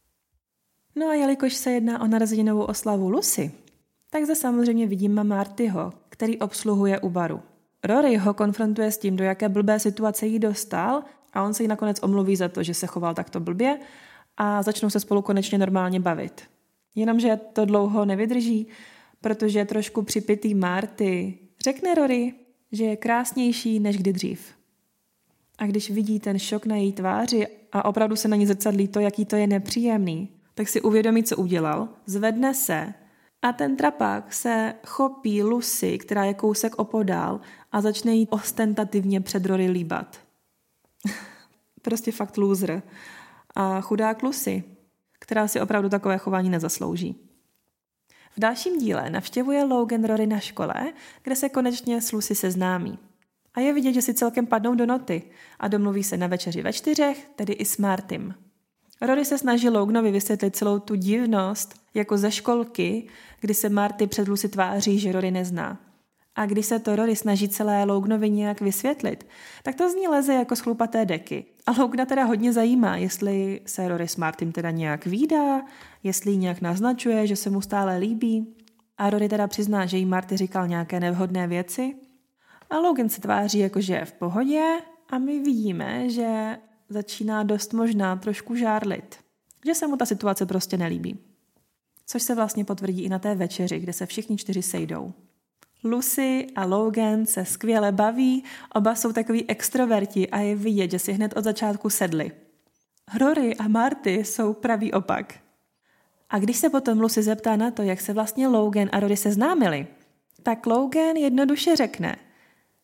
No a jelikož se jedná o narozeninovou oslavu Lucy, tak zde samozřejmě vidíme Martyho, který obsluhuje u baru. Rory ho konfrontuje s tím, do jaké blbé situace jí dostal a on se jí nakonec omluví za to, že se choval takto blbě a začnou se spolu konečně normálně bavit. Jenomže to dlouho nevydrží, protože trošku připitý Marty řekne Rory, že je krásnější než kdy dřív. A když vidí ten šok na její tváři a opravdu se na ní zrcadlí to, jaký to je nepříjemný, tak si uvědomí, co udělal, zvedne se a ten trapák se chopí Lucy, která je kousek opodál a začne jí ostentativně před Rory líbat. Prostě fakt loser. A chudák Lucy, která si opravdu takové chování nezaslouží. V dalším díle navštěvuje Logan Rory na škole, kde se konečně s Lucy seznámí. A je vidět, že si celkem padnou do noty a domluví se na večeři ve čtyřech, tedy i s Martym. Rory se snaží Loganovi vysvětlit celou tu divnost, jako ze školky, kdy se Marty před Lucy tváří, že Rory nezná. A když se to Rory snaží celé Loganovi nějak vysvětlit, tak to z ní leze jako z chlupaté deky. A Logana teda hodně zajímá, jestli se Rory s Martym teda nějak vídá, jestli jí nějak naznačuje, že se mu stále líbí. A Rory teda přizná, že jí Marty říkal nějaké nevhodné věci. A Logan se tváří jako, že je v pohodě a my vidíme, že začíná dost možná trošku žárlit. Že se mu ta situace prostě nelíbí. Což se vlastně potvrdí i na té večeři, kde se všichni čtyři sejdou. Lucy a Logan se skvěle baví, oba jsou takový extroverti a je vidět, že si hned od začátku sedli. Rory a Marty jsou pravý opak. A když se potom Lucy zeptá na to, jak se vlastně Logan a Rory seznámili, tak Logan jednoduše řekne,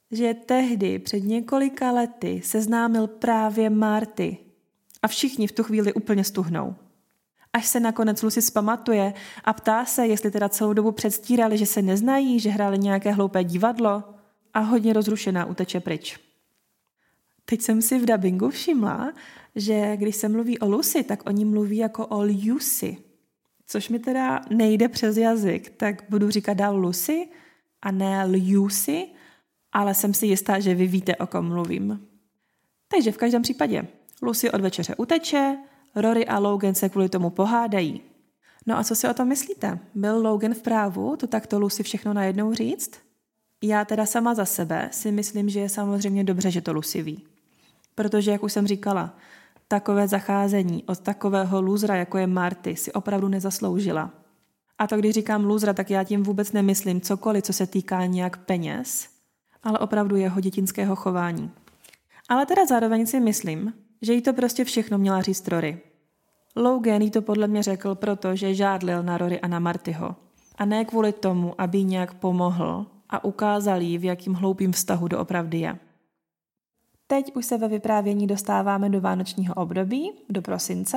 že tehdy před několika lety seznámil právě Marty a všichni v tu chvíli úplně stuhnou. Až se nakonec Lucy zpamatuje a ptá se, jestli teda celou dobu předstírali, že se neznají, že hráli nějaké hloupé divadlo a hodně rozrušená uteče pryč. Teď jsem si v dabingu všimla, že když se mluví o Lucy, tak oni mluví jako o Lucy, což mi teda nejde přes jazyk, tak budu říkat dál Lucy a ne Lucy, ale jsem si jistá, že vy víte, o kom mluvím. Takže v každém případě Lucy od večeře uteče, Rory a Logan se kvůli tomu pohádají. No a co si o tom myslíte? Byl Logan v právu to takto Lucy všechno najednou říct? Já teda sama za sebe si myslím, že je samozřejmě dobře, že to Lucy ví. Protože, jak už jsem říkala, takové zacházení od takového lůzra, jako je Marty, si opravdu nezasloužila. A to, když říkám lůzra, tak já tím vůbec nemyslím cokoliv, co se týká nějak peněz, ale opravdu jeho dětinského chování. Ale teda zároveň si myslím, že jí to prostě všechno měla říct Rory. Logan jí to podle mě řekl, protože žádlil na Rory a na Martyho. A ne kvůli tomu, aby jí nějak pomohl a ukázal jí, v jakým hloupým vztahu doopravdy je. Teď už se ve vyprávění dostáváme do vánočního období, do prosince,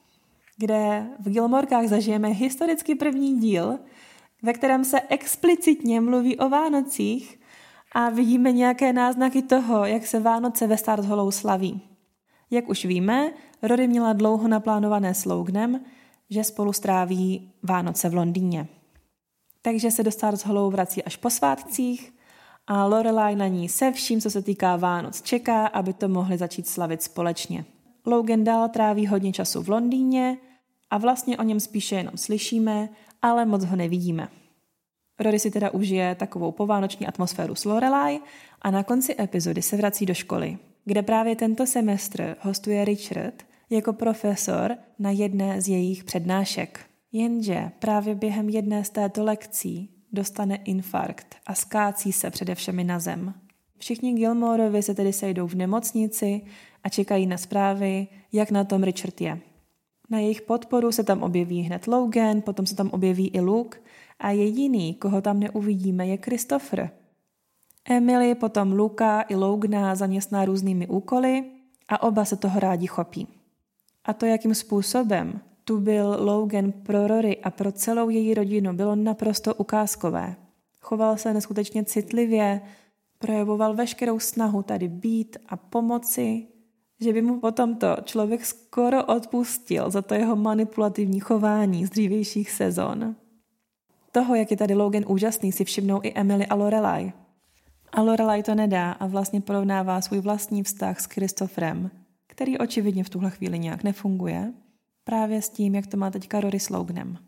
kde v Gilmorkách zažijeme historicky první díl, ve kterém se explicitně mluví o Vánocích a vidíme nějaké náznaky toho, jak se Vánoce ve Stars Hollow slaví. Jak už víme, Rory měla dlouho naplánované s Loganem, že spolu stráví Vánoce v Londýně. Takže se do Stars Hollow vrací až po svátcích a Lorelai na ní se vším, co se týká Vánoc, čeká, aby to mohli začít slavit společně. Logan dál tráví hodně času v Londýně a vlastně o něm spíše jenom slyšíme, ale moc ho nevidíme. Rory si teda užije takovou povánoční atmosféru s Lorelai a na konci epizody se vrací do školy, kde právě tento semestr hostuje Richard jako profesor na jedné z jejich přednášek. Jenže právě během jedné z této lekcí dostane infarkt a skácí se přede všemi na zem. Všichni Gilmorovi se tedy sejdou v nemocnici a čekají na zprávy, jak na tom Richard je. Na jejich podporu se tam objeví hned Logan, potom se tam objeví i Luke a jediný, koho tam neuvidíme, je Christopher. Emily potom Luka i Logana zaměstná různými úkoly a oba se toho rádi chopí. A to, jakým způsobem tu byl Logan pro Rory a pro celou její rodinu, bylo naprosto ukázkové. Choval se neskutečně citlivě, projevoval veškerou snahu tady být a pomoci, že by mu potom to člověk skoro odpustil za to jeho manipulativní chování z dřívějších sezon. Toho, jak je tady Logan úžasný, si všimnou i Emily a Lorelai. A Lorelai to nedá a vlastně porovnává svůj vlastní vztah s Christopherem, který očividně v tuhle chvíli nějak nefunguje, právě s tím, jak to má teďka Rory s Loganem.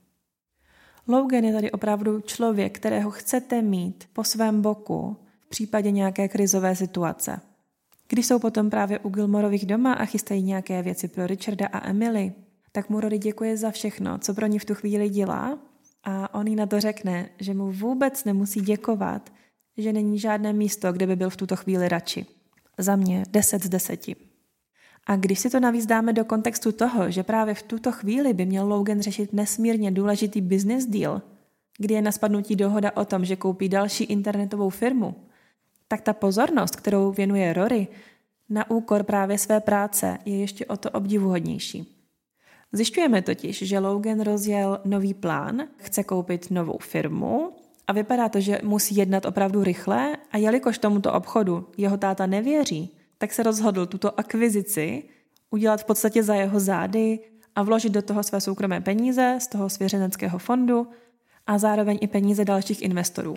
Logan je tady opravdu člověk, kterého chcete mít po svém boku v případě nějaké krizové situace. Když jsou potom právě u Gilmorových doma a chystají nějaké věci pro Richarda a Emily, tak mu Rory děkuje za všechno, co pro ní v tu chvíli dělá a on jí na to řekne, že mu vůbec nemusí děkovat, že není žádné místo, kde by byl v tuto chvíli radši. Za mě deset z deseti. A když si to navíc dáme do kontextu toho, že právě v tuto chvíli by měl Logan řešit nesmírně důležitý business deal, kdy je na spadnutí dohoda o tom, že koupí další internetovou firmu, tak ta pozornost, kterou věnuje Rory na úkor právě své práce, je ještě o to obdivuhodnější. Zjišťujeme totiž, že Logan rozjel nový plán, chce koupit novou firmu a vypadá to, že musí jednat opravdu rychle a jelikož tomuto obchodu jeho táta nevěří, tak se rozhodl tuto akvizici udělat v podstatě za jeho zády a vložit do toho své soukromé peníze z toho svěřeneckého fondu a zároveň i peníze dalších investorů.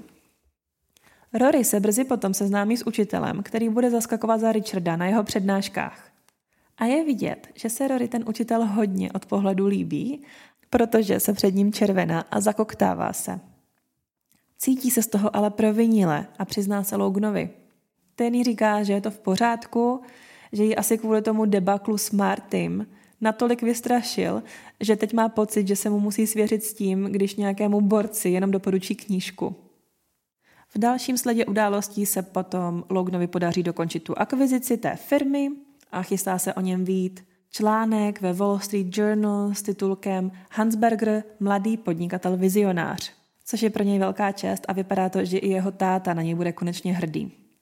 Rory se brzy potom seznámí s učitelem, který bude zaskakovat za Richarda na jeho přednáškách. A je vidět, že se Rory ten učitel hodně od pohledu líbí, protože se před ním červená a zakoktává se. Cítí se z toho ale provinile a přizná se Loganovi. Ten jí říká, že je to v pořádku, že ji asi kvůli tomu debaklu s Martym natolik vystrašil, že teď má pocit, že se mu musí svěřit s tím, když nějakému borci jenom doporučí knížku. V dalším sledě událostí se potom Loganovi podaří dokončit tu akvizici té firmy a chystá se o něm vít článek ve Wall Street Journal s titulkem Hansberger, mladý podnikatel vizionář, což je pro něj velká čest a vypadá to, že i jeho táta na něj bude konečně hrdý.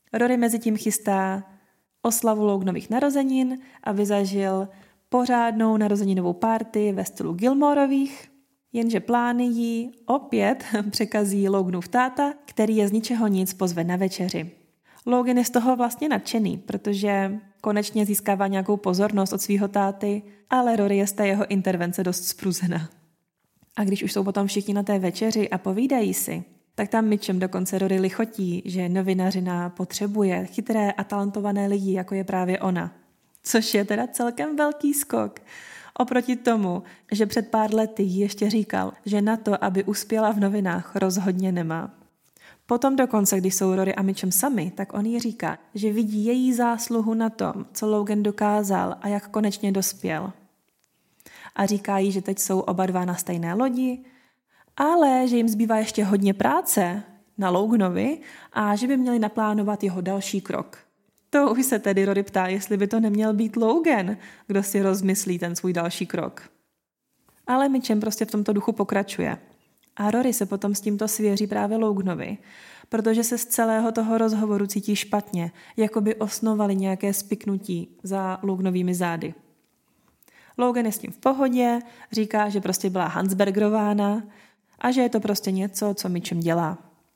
Rory mezi tím chystá oslavu Loganových narozenin, aby zažil pořádnou narozeninovou party ve stylu Gilmorových, jenže plány jí opět překazí Loganův táta, který je z ničeho nic pozve na večeři. Logan je z toho vlastně nadšený, protože konečně získává nějakou pozornost od svého táty, ale Rory je z té jeho intervence dost spruzená. A když už jsou potom všichni na té večeři a povídají si, tak tam Mitchem dokonce Rory lichotí, že novinařina potřebuje chytré a talentované lidi, jako je právě ona. Což je teda celkem velký skok. Oproti tomu, že před pár lety jí ještě říkal, že na to, aby uspěla v novinách, rozhodně nemá. Potom dokonce, když jsou Rory a Mitchem sami, tak on jí říká, že vidí její zásluhu na tom, co Logan dokázal a jak konečně dospěl. A říká jí, že teď jsou oba dva na stejné lodi, ale že jim zbývá ještě hodně práce na Loganovi a že by měli naplánovat jeho další krok. To už se tedy Rory ptá, jestli by to neměl být Logan, kdo si rozmyslí ten svůj další krok. Ale Mitchem prostě v tomto duchu pokračuje. A Rory se potom s tímto svěří právě Loganovi, protože se z celého toho rozhovoru cítí špatně, jako by osnovali nějaké spiknutí za Loganovými zády. Logan je s tím v pohodě, říká, že prostě byla Hansbergerována a že je to prostě něco, co Mitchem dělá.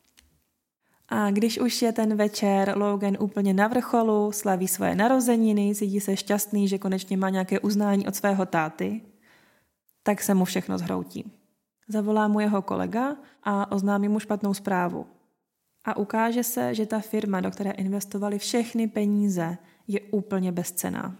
A když už je ten večer Logan úplně na vrcholu, slaví svoje narozeniny, cítí se šťastný, že konečně má nějaké uznání od svého táty, tak se mu všechno zhroutí. Zavolá mu jeho kolega a oznámí mu špatnou zprávu. A ukáže se, že ta firma, do které investovali všechny peníze, je úplně bezcenná.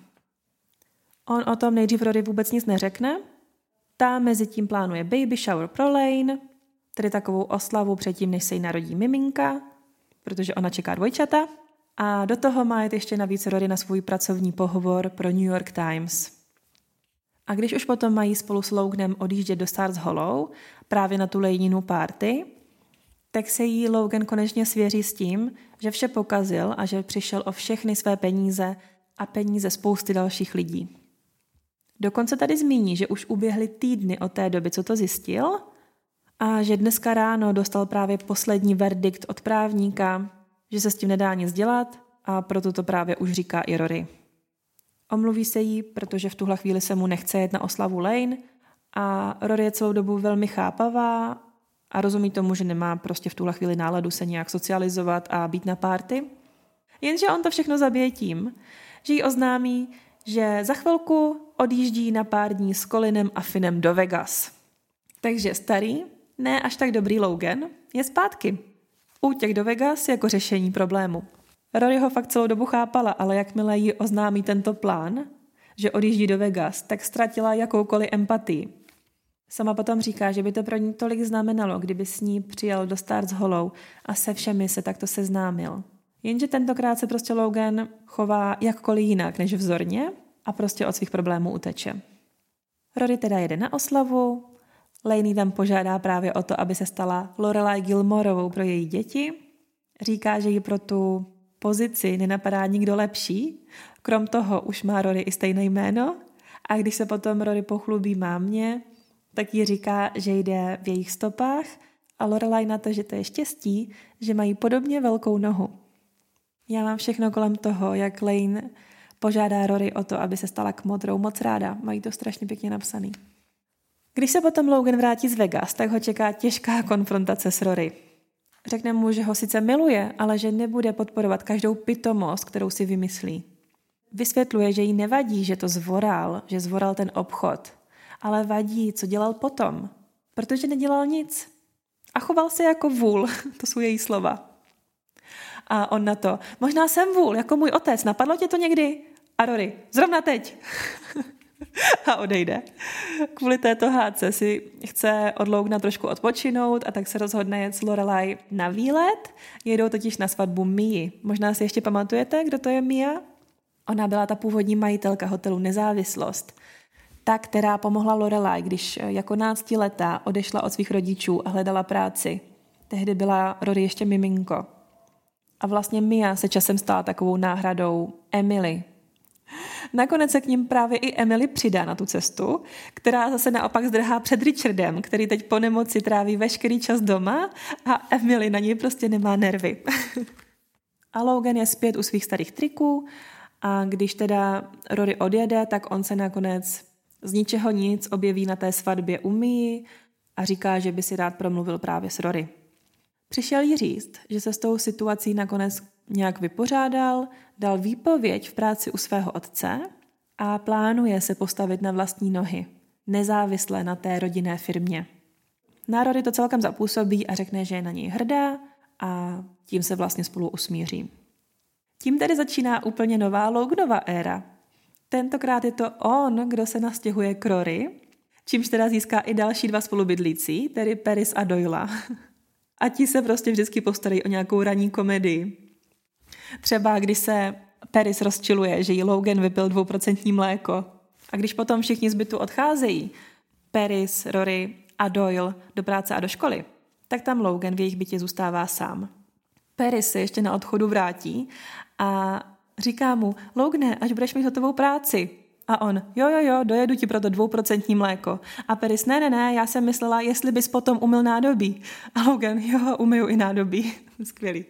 On o tom nejdřív Rory vůbec nic neřekne. Ta mezi tím plánuje baby shower pro Lane, tedy takovou oslavu předtím, než se jí narodí miminka, protože ona čeká dvojčata. A do toho má jít ještě navíc Rory na svůj pracovní pohovor pro New York Times. A když už potom mají spolu s Loganem odjíždět do Stars Hollow, právě na tu Laninu party, tak se jí Logan konečně svěří s tím, že vše pokazil a že přišel o všechny své peníze a peníze spousty dalších lidí. Dokonce tady zmíní, že už uběhly týdny od té doby, co to zjistil, a že dneska ráno dostal právě poslední verdikt od právníka, že se s tím nedá nic dělat a proto to právě už říká i Rory. Omluví se jí, protože v tuhle chvíli se mu nechce jet na oslavu Lane a Rory je celou dobu velmi chápavá a rozumí tomu, že nemá prostě v tuhle chvíli náladu se nějak socializovat a být na party. Jenže on to všechno zabije tím, že jí oznámí, že za chvilku odjíždí na pár dní s Colinem a Finnem do Vegas. Takže starý, ne až tak dobrý Logan je zpátky. Útěk do Vegas jako řešení problému. Rory ho fakt celou dobu chápala, ale jakmile jí oznámí tento plán, že odjíždí do Vegas, tak ztratila jakoukoliv empatii. Sama potom říká, že by to pro ní tolik znamenalo, kdyby s ní přijel do Stars Hollow a se všemi se takto seznámil. Jenže tentokrát se prostě Logan chová jakkoliv jinak než vzorně a prostě od svých problémů uteče. Rory teda jede na oslavu, Lainey tam požádá právě o to, aby se stala Lorelai Gilmorovou pro její děti. Říká, že jí pro tu pozici nenapadá nikdo lepší, krom toho už má Rory i stejné jméno a když se potom Rory pochlubí mámě, tak jí říká, že jde v jejich stopách a Lorelai na to, že to je štěstí, že mají podobně velkou nohu. Já mám všechno kolem toho, jak Lane požádá Rory o to, aby se stala kmodrou, moc ráda. Mají to strašně pěkně napsaný. Když se potom Logan vrátí z Vegas, tak ho čeká těžká konfrontace s Rory. Řekne mu, že ho sice miluje, ale že nebude podporovat každou pitomost, kterou si vymyslí. Vysvětluje, že jí nevadí, že to zvoral, že zvoral ten obchod, ale vadí, co dělal potom, protože nedělal nic. A choval se jako vůl, to jsou její slova. A on na to, možná jsem vůl, jako můj otec, napadlo tě to někdy? A Rory, zrovna teď. A odejde. Kvůli této hádce si chce od Logana trošku odpočinout a tak se rozhodne jet s Lorelai na výlet. Jedou totiž na svatbu Mii. Možná si ještě pamatujete, kdo to je Mia? Ona byla ta původní majitelka hotelu Nezávislost. Ta, která pomohla Lorelai, když jako náctiletá odešla od svých rodičů a hledala práci. Tehdy byla Rory ještě miminko. A vlastně Mia se časem stala takovou náhradou Emily. Nakonec se k ním právě i Emily přidá na tu cestu, která zase naopak zdrhá před Richardem, který teď po nemoci tráví veškerý čas doma a Emily na něj prostě nemá nervy. A Logan je zpět u svých starých triků a když teda Rory odjede, tak on se nakonec z ničeho nic objeví na té svatbě u Mii a říká, že by si rád promluvil právě s Rory. Přišel jí říct, že se s tou situací nakonec nějak vypořádal, dal výpověď v práci u svého otce a plánuje se postavit na vlastní nohy, nezávisle na té rodinné firmě. Na Rory to celkem zapůsobí a řekne, že je na něj hrdá a tím se vlastně spolu usmíří. Tím tedy začíná úplně nová Loganova éra. Tentokrát je to on, kdo se nastěhuje k Rory, čímž teda získá i další dva spolubydlící, tedy Paris a Doyla. A ti se prostě vždycky postarají o nějakou ranní komedii. Třeba když se Paris rozčiluje, že jí Logan vypil dvouprocentní mléko. A když potom všichni z bytu odcházejí, Paris, Rory a Doyle do práce a do školy, tak tam Logan v jejich bytě zůstává sám. Paris se ještě na odchodu vrátí a říká mu, Logane, až budeš mít hotovou práci. A on, jo, jo, jo, dojedu ti pro to dvouprocentní mléko. A Paris, ne, ne, ne, já jsem myslela, jestli bys potom umyl nádobí. A Logan, jo, umyju i nádobí. Skvělý.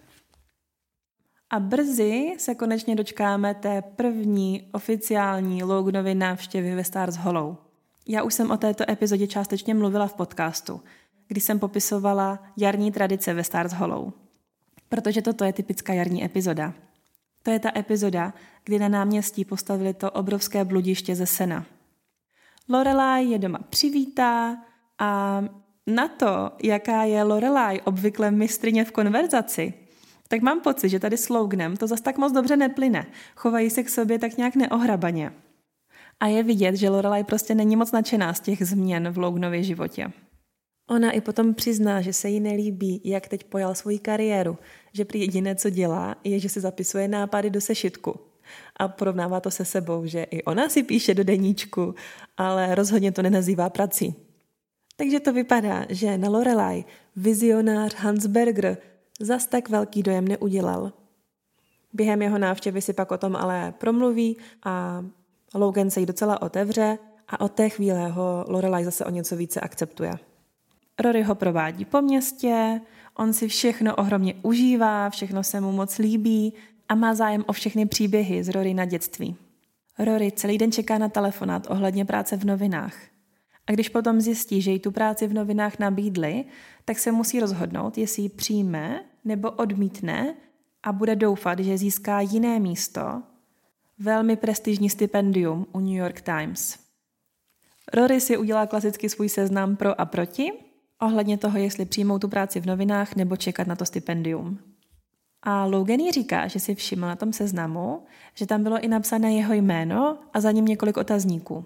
A brzy se konečně dočkáme té první oficiální Loganovy návštěvy ve Stars Hollow. Já už jsem o této epizodě částečně mluvila v podcastu, kdy jsem popisovala jarní tradice ve Stars Hollow. Protože toto je typická jarní epizoda. To je ta epizoda, kdy na náměstí postavili to obrovské bludiště ze sena. Lorelai je doma přivítá a na to, jaká je Lorelai obvykle mistryně v konverzaci, tak mám pocit, že tady s Loganem to zas tak moc dobře neplyne. Chovají se k sobě tak nějak neohrabaně. A je vidět, že Lorelai prostě není moc nadšená z těch změn v Loganově životě. Ona i potom přizná, že se jí nelíbí, jak teď pojal svoji kariéru, že prý jediné, co dělá, je, že si zapisuje nápady do sešitku. A porovnává to se sebou, že i ona si píše do deníčku, ale rozhodně to nenazývá prací. Takže to vypadá, že na Lorelai vizionář Hans Berger zas tak velký dojem neudělal. Během jeho návštěvy si pak o tom ale promluví a Logan se jí docela otevře a od té chvíle ho Lorelai zase o něco více akceptuje. Rory ho provádí po městě, on si všechno ohromně užívá, všechno se mu moc líbí a má zájem o všechny příběhy z Rory na dětství. Rory celý den čeká na telefonát ohledně práce v novinách. A když potom zjistí, že jí tu práci v novinách nabídli, tak se musí rozhodnout, jestli ji přijme nebo odmítne a bude doufat, že získá jiné místo, velmi prestižní stipendium u New York Times. Rory si udělá klasicky svůj seznam pro a proti, ohledně toho, jestli přijmou tu práci v novinách nebo čekat na to stipendium. A Logan jí říká, že si všiml na tom seznamu, že tam bylo i napsané jeho jméno a za ním několik otazníků.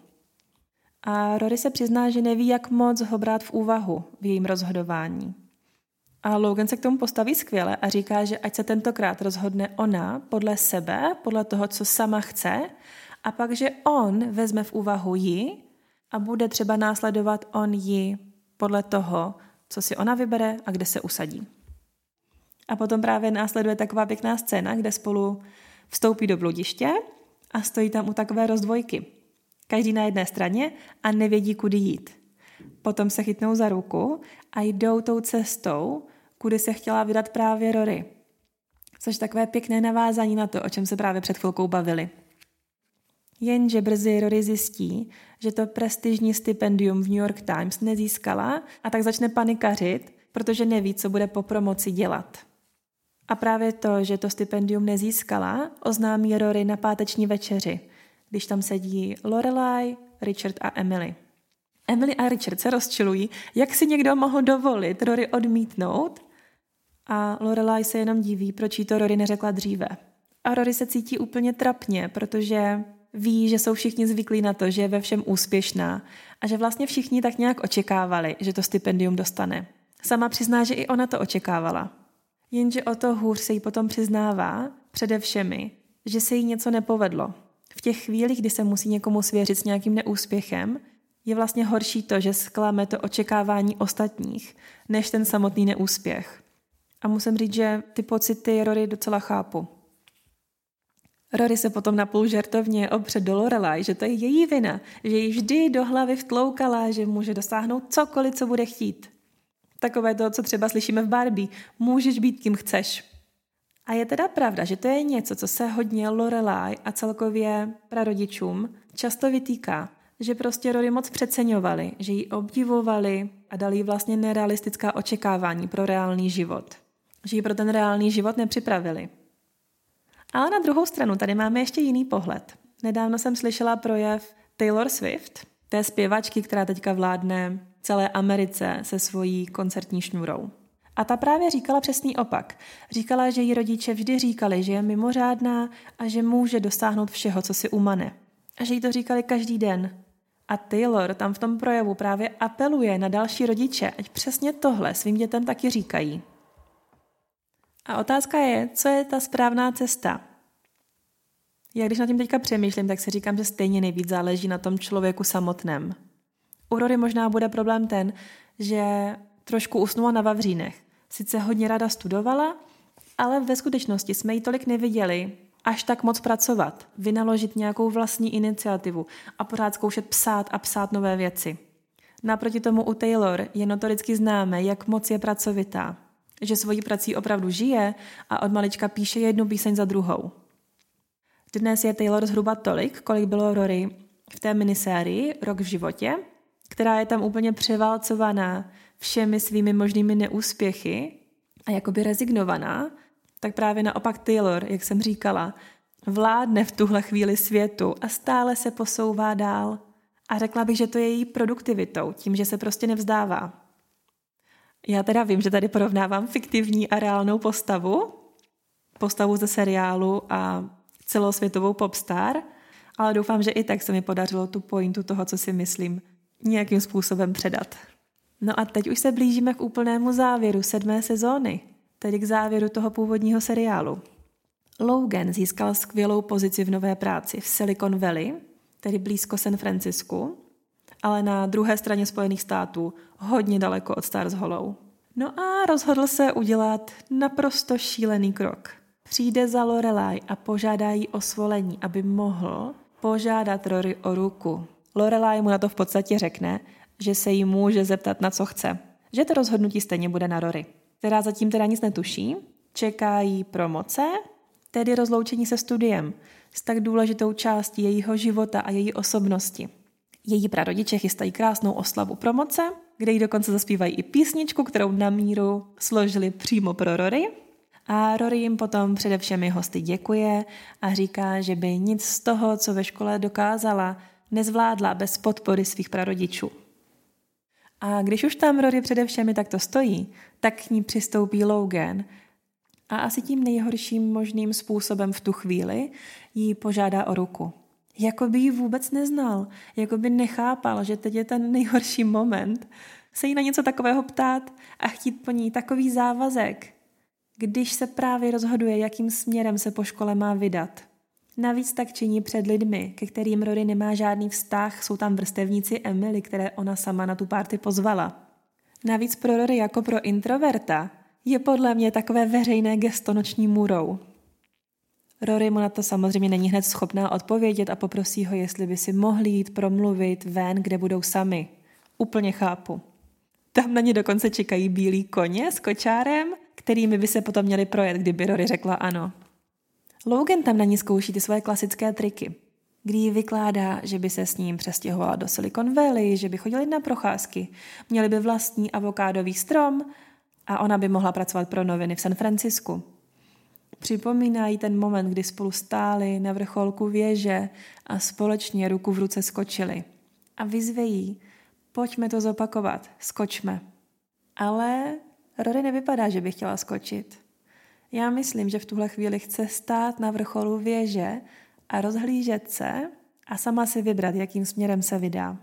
A Rory se přizná, že neví, jak moc ho brát v úvahu v jejím rozhodování. A Logan se k tomu postaví skvěle a říká, že ať se tentokrát rozhodne ona podle sebe, podle toho, co sama chce, a pak, že on vezme v úvahu ji a bude třeba následovat on ji podle toho, co si ona vybere a kde se usadí. A potom právě následuje taková pěkná scéna, kde spolu vstoupí do bludiště a stojí tam u takové rozdvojky. Každý na jedné straně a nevědí, kudy jít. Potom se chytnou za ruku a jdou tou cestou, kudy se chtěla vydat právě Rory. Což takové pěkné navázání na to, o čem se právě před chvilkou bavili. Jenže brzy Rory zjistí, že to prestižní stipendium v New York Times nezískala a tak začne panikařit, protože neví, co bude po promoci dělat. A právě to, že to stipendium nezískala, oznámí Rory na páteční večeři, když tam sedí Lorelai, Richard a Emily. Emily a Richard se rozčilují, jak si někdo mohl dovolit Rory odmítnout, a Lorelai se jenom diví, proč jí to Rory neřekla dříve. A Rory se cítí úplně trapně, protože ví, že jsou všichni zvyklí na to, že je ve všem úspěšná a že vlastně všichni tak nějak očekávali, že to stipendium dostane. Sama přizná, že i ona to očekávala. Jenže o to hůř se jí potom přiznává přede všemi, že se jí něco nepovedlo. V těch chvílích, kdy se musí někomu svěřit s nějakým neúspěchem, je vlastně horší to, že zklame to očekávání ostatních, než ten samotný neúspěch. A musím říct, že ty pocity Rory docela chápu. Rory se potom napůl žertovně opře do Lorelai, že to je její vina, že jí vždy do hlavy vtloukala, že může dosáhnout cokoliv, co bude chtít. Takové to, co třeba slyšíme v Barbie. Můžeš být, kým chceš. A je teda pravda, že to je něco, co se hodně Lorelai a celkově prarodičům často vytýká, že prostě Rory moc přeceňovali, že ji obdivovali a dali jí vlastně nerealistická očekávání pro reálný život. Že ji pro ten reálný život nepřipravili. Ale na druhou stranu tady máme ještě jiný pohled. Nedávno jsem slyšela projev Taylor Swift, té zpěvačky, která teďka vládne celé Americe se svojí koncertní šňůrou. A ta právě říkala přesný opak. Říkala, že jí rodiče vždy říkali, že je mimořádná a že může dosáhnout všeho, co si umane. A že jí to říkali každý den. A Taylor tam v tom projevu právě apeluje na další rodiče, ať přesně tohle svým dětem taky říkají. A otázka je, co je ta správná cesta? Já když nad tím teďka přemýšlím, tak si říkám, že stejně nejvíc záleží na tom člověku samotném. U Rory možná bude problém ten, že trošku usnula na vavřínech. Sice hodně ráda studovala, ale ve skutečnosti jsme ji tolik neviděli až tak moc pracovat, vynaložit nějakou vlastní iniciativu a pořád zkoušet psát a psát nové věci. Naproti tomu u Taylor je notoricky známe, jak moc je pracovitá, že svojí prací opravdu žije a od malička píše jednu píseň za druhou. Dnes je Taylor zhruba tolik, kolik bylo Rory v té minisérii Rok v životě, která je tam úplně převálcovaná všemi svými možnými neúspěchy a jakoby rezignovaná, tak právě naopak Taylor, jak jsem říkala, vládne v tuhle chvíli světu a stále se posouvá dál. A řekla bych, že to je její produktivitou, tím, že se prostě nevzdává. Já teda vím, že tady porovnávám fiktivní a reálnou postavu, postavu ze seriálu a celosvětovou popstar, ale doufám, že i tak se mi podařilo tu pointu toho, co si myslím, nějakým způsobem předat. No a teď už se blížíme k úplnému závěru sedmé sezóny, tedy k závěru toho původního seriálu. Logan získal skvělou pozici v nové práci v Silicon Valley, tedy blízko San Francisku, ale na druhé straně Spojených států, hodně daleko od Stars Hollow. No a rozhodl se udělat naprosto šílený krok. Přijde za Lorelai a požádá jí o svolení, aby mohl požádat Rory o ruku. Lorelai mu na to v podstatě řekne, že se jí může zeptat, na co chce. Že to rozhodnutí stejně bude na Rory, která zatím teda nic netuší. Čeká jí promoce, tedy rozloučení se studiem, s tak důležitou částí jejího života a její osobnosti. Její prarodiče chystají krásnou oslavu promoce, kde jí dokonce zaspívají i písničku, kterou na míru složili přímo pro Rory. A Rory jim potom přede všemi hosty děkuje a říká, že by nic z toho, co ve škole dokázala, nezvládla bez podpory svých prarodičů. A když už tam Rory přede všemi takto stojí, tak k ní přistoupí Logan a asi tím nejhorším možným způsobem v tu chvíli jí požádá o ruku. Jako by ji vůbec neznal, jako by nechápal, že teď je ten nejhorší moment se jí na něco takového ptát a chtít po ní takový závazek, když se právě rozhoduje, jakým směrem se po škole má vydat. Navíc tak činí před lidmi, ke kterým Rory nemá žádný vztah, jsou tam vrstevníci Emily, které ona sama na tu party pozvala. Navíc pro Rory jako pro introverta je podle mě takové veřejné gesto noční můrou. Rory mu na to samozřejmě není hned schopná odpovědět a poprosí ho, jestli by si mohli jít promluvit ven, kde budou sami. Úplně chápu. Tam na ně dokonce čekají bílí koně s kočárem, kterými by se potom měli projet, kdyby Rory řekla ano. Logan tam na ní zkouší ty svoje klasické triky, kdy jí vykládá, že by se s ním přestěhovala do Silicon Valley, že by chodili na procházky, měli by vlastní avokádový strom a ona by mohla pracovat pro noviny v San Francisku. Připomínají ten moment, kdy spolu stáli na vrcholku věže a společně ruku v ruce skočili. A vyzve jí, pojďme to zopakovat, skočme. Ale Rory nevypadá, že by chtěla skočit. Já myslím, že v tuhle chvíli chce stát na vrcholu věže a rozhlížet se a sama si vybrat, jakým směrem se vydá.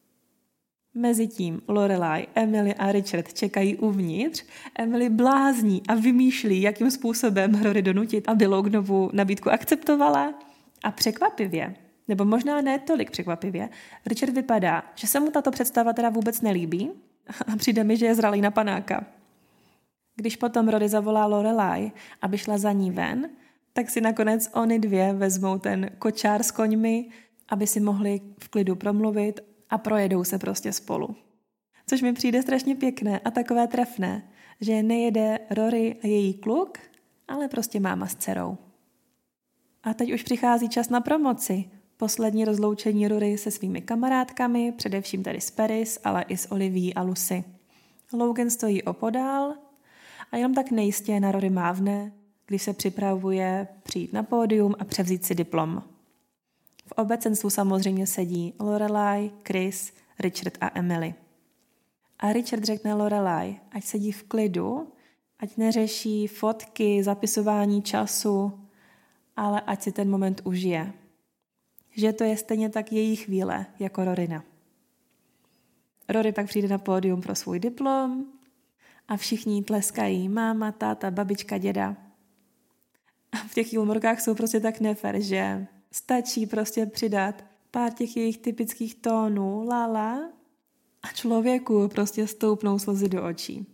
Mezitím Lorelai, Emily a Richard čekají uvnitř. Emily blázní a vymýšlí, jakým způsobem Rory donutit, aby Loganovu nabídku akceptovala. A překvapivě, nebo možná ne tolik překvapivě, Richard vypadá, že se mu tato představa teda vůbec nelíbí a přijde mi, že je zralý na panáka. Když potom Rory zavolá Lorelai, aby šla za ní ven, tak si nakonec oni dvě vezmou ten kočár s koňmi, aby si mohli v klidu promluvit a projedou se prostě spolu. Což mi přijde strašně pěkné a takové trefné, že nejede Rory a její kluk, ale prostě máma s dcerou. A teď už přichází čas na promoci. Poslední rozloučení Rory se svými kamarádkami, především tedy s Paris, ale i s Olivií a Lucy. Logan stojí opodál a jenom tak nejistě na Rory mávne, když se připravuje přijít na pódium a převzít si diplom. V obecenstvu samozřejmě sedí Lorelai, Chris, Richard a Emily. A Richard řekne Lorelai, ať sedí v klidu, ať neřeší fotky, zapisování času, ale ať si ten moment užije. Že to je stejně tak její chvíle, jako Rorina. Rory pak přijde na pódium pro svůj diplom a všichni tleskají máma, táta, babička, děda. A v těch Gilmorkách jsou prostě tak nefér, že stačí prostě přidat pár těch jejich typických tónů, lala, a člověku prostě stoupnou slzy do očí.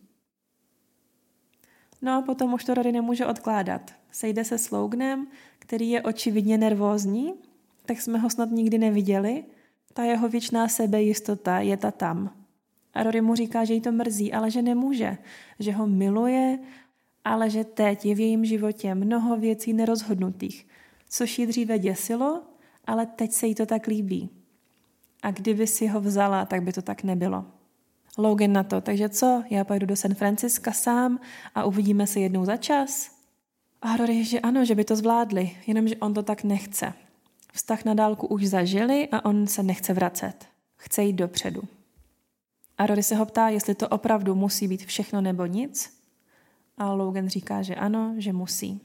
No a potom už to Rory nemůže odkládat. Sejde se s Loganem, který je očividně nervózní, tak jsme ho snad nikdy neviděli. Ta jeho věčná sebejistota je ta tam. A Rory mu říká, že jí to mrzí, ale že nemůže, že ho miluje, ale že teď je v jejím životě mnoho věcí nerozhodnutých, což jí dříve děsilo, ale teď se jí to tak líbí. A kdyby si ho vzala, tak by to tak nebylo. Logan na to, takže co, já pojedu do San Francisca sám a uvidíme se jednou za čas? A Rory, že ano, že by to zvládli, jenomže on to tak nechce. Vztah na dálku už zažili a on se nechce vracet. Chce jít dopředu. A Rory se ho ptá, jestli to opravdu musí být všechno nebo nic. A Logan říká, že ano, že musí.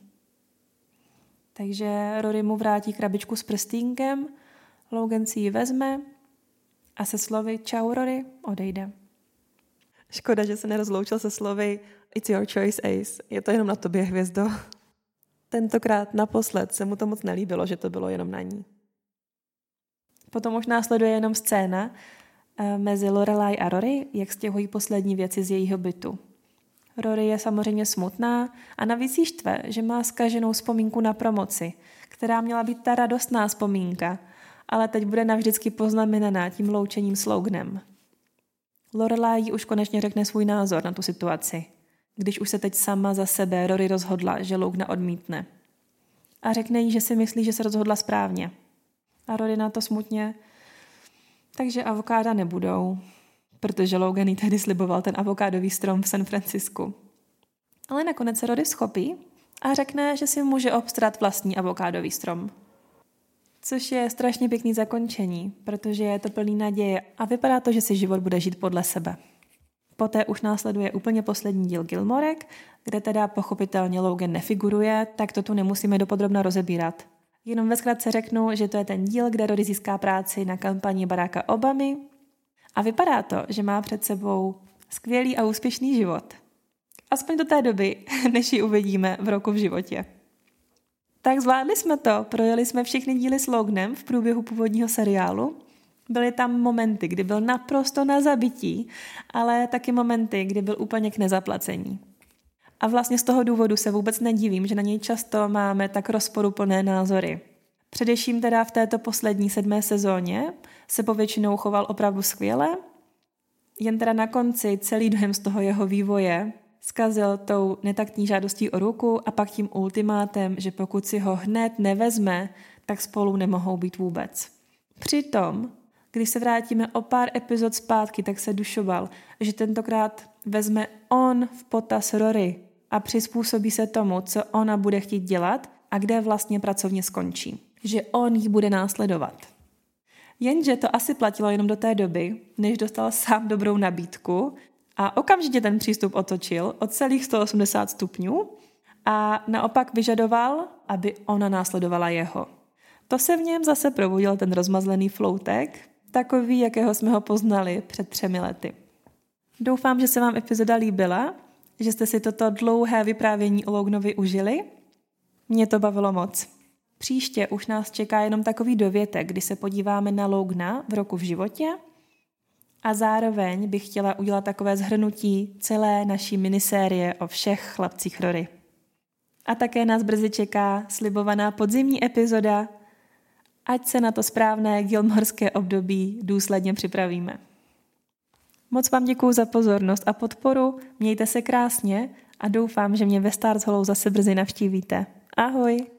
Takže Rory mu vrátí krabičku s prstínkem, Logan si ji vezme a se slovy čau Rory odejde. Škoda, že se nerozloučil se slovy It's your choice, Ace. Je to jenom na tobě, hvězdo. Tentokrát naposled se mu to moc nelíbilo, že to bylo jenom na ní. Potom už následuje jenom scéna mezi Lorelai a Rory, jak stěhují poslední věci z jejího bytu. Rory je samozřejmě smutná a navíc jí štve, že má zkaženou vzpomínku na promoci, která měla být ta radostná vzpomínka, ale teď bude navždycky poznamenaná tím loučením s Loganem. Lorelai jí už konečně řekne svůj názor na tu situaci, když už se teď sama za sebe Rory rozhodla, že Logana odmítne. A řekne jí, že si myslí, že se rozhodla správně. A Rory na to smutně, takže avokáda nebudou, protože Logan jí tehdy sliboval ten avokádový strom v San Francisku. Ale nakonec se Rory schopí a řekne, že si může obstarat vlastní avokádový strom. Což je strašně pěkný zakončení, protože je to plný naděje a vypadá to, že si život bude žít podle sebe. Poté už následuje úplně poslední díl Gilmorek, kde teda pochopitelně Logan nefiguruje, tak to tu nemusíme dopodrobna rozebírat. Jenom ve zkratce řeknu, že to je ten díl, kde Rory získá práci na kampani Baracka Obamy a vypadá to, že má před sebou skvělý a úspěšný život. Aspoň do té doby, než ji uvidíme v Roku v životě. Tak zvládli jsme to, projeli jsme všechny díly s Loganem v průběhu původního seriálu. Byly tam momenty, kdy byl naprosto na zabití, ale taky momenty, kdy byl úplně k nezaplacení. A vlastně z toho důvodu se vůbec nedivím, že na něj často máme tak rozporuplné názory. Především teda v této poslední sedmé sezóně se povětšinou choval opravdu skvěle, jen teda na konci celý dojem z toho jeho vývoje zkazil tou netaktní žádostí o ruku a pak tím ultimátem, že pokud si ho hned nevezme, tak spolu nemohou být vůbec. Přitom, když se vrátíme o pár epizod zpátky, tak se dušoval, že tentokrát vezme on v potaz Rory a přizpůsobí se tomu, co ona bude chtít dělat a kde vlastně pracovně skončí. Že on jí bude následovat. Jenže to asi platilo jenom do té doby, než dostal sám dobrou nabídku a okamžitě ten přístup otočil o celých sto osmdesát stupňů a naopak vyžadoval, aby ona následovala jeho. To se v něm zase probudil ten rozmazlený floutek, takový, jakého jsme ho poznali před třemi lety. Doufám, že se vám epizoda líbila, že jste si toto dlouhé vyprávění o Loganovi užili. Mě to bavilo moc. Příště už nás čeká jenom takový dovětek, kdy se podíváme na Logana v Roku v životě a zároveň bych chtěla udělat takové shrnutí celé naší minisérie o všech chlapcích Rory. A také nás brzy čeká slibovaná podzimní epizoda, ať se na to správné gilmorské období důsledně připravíme. Moc vám děkuju za pozornost a podporu, mějte se krásně a doufám, že mě ve Stars Hollow zase brzy navštívíte. Ahoj!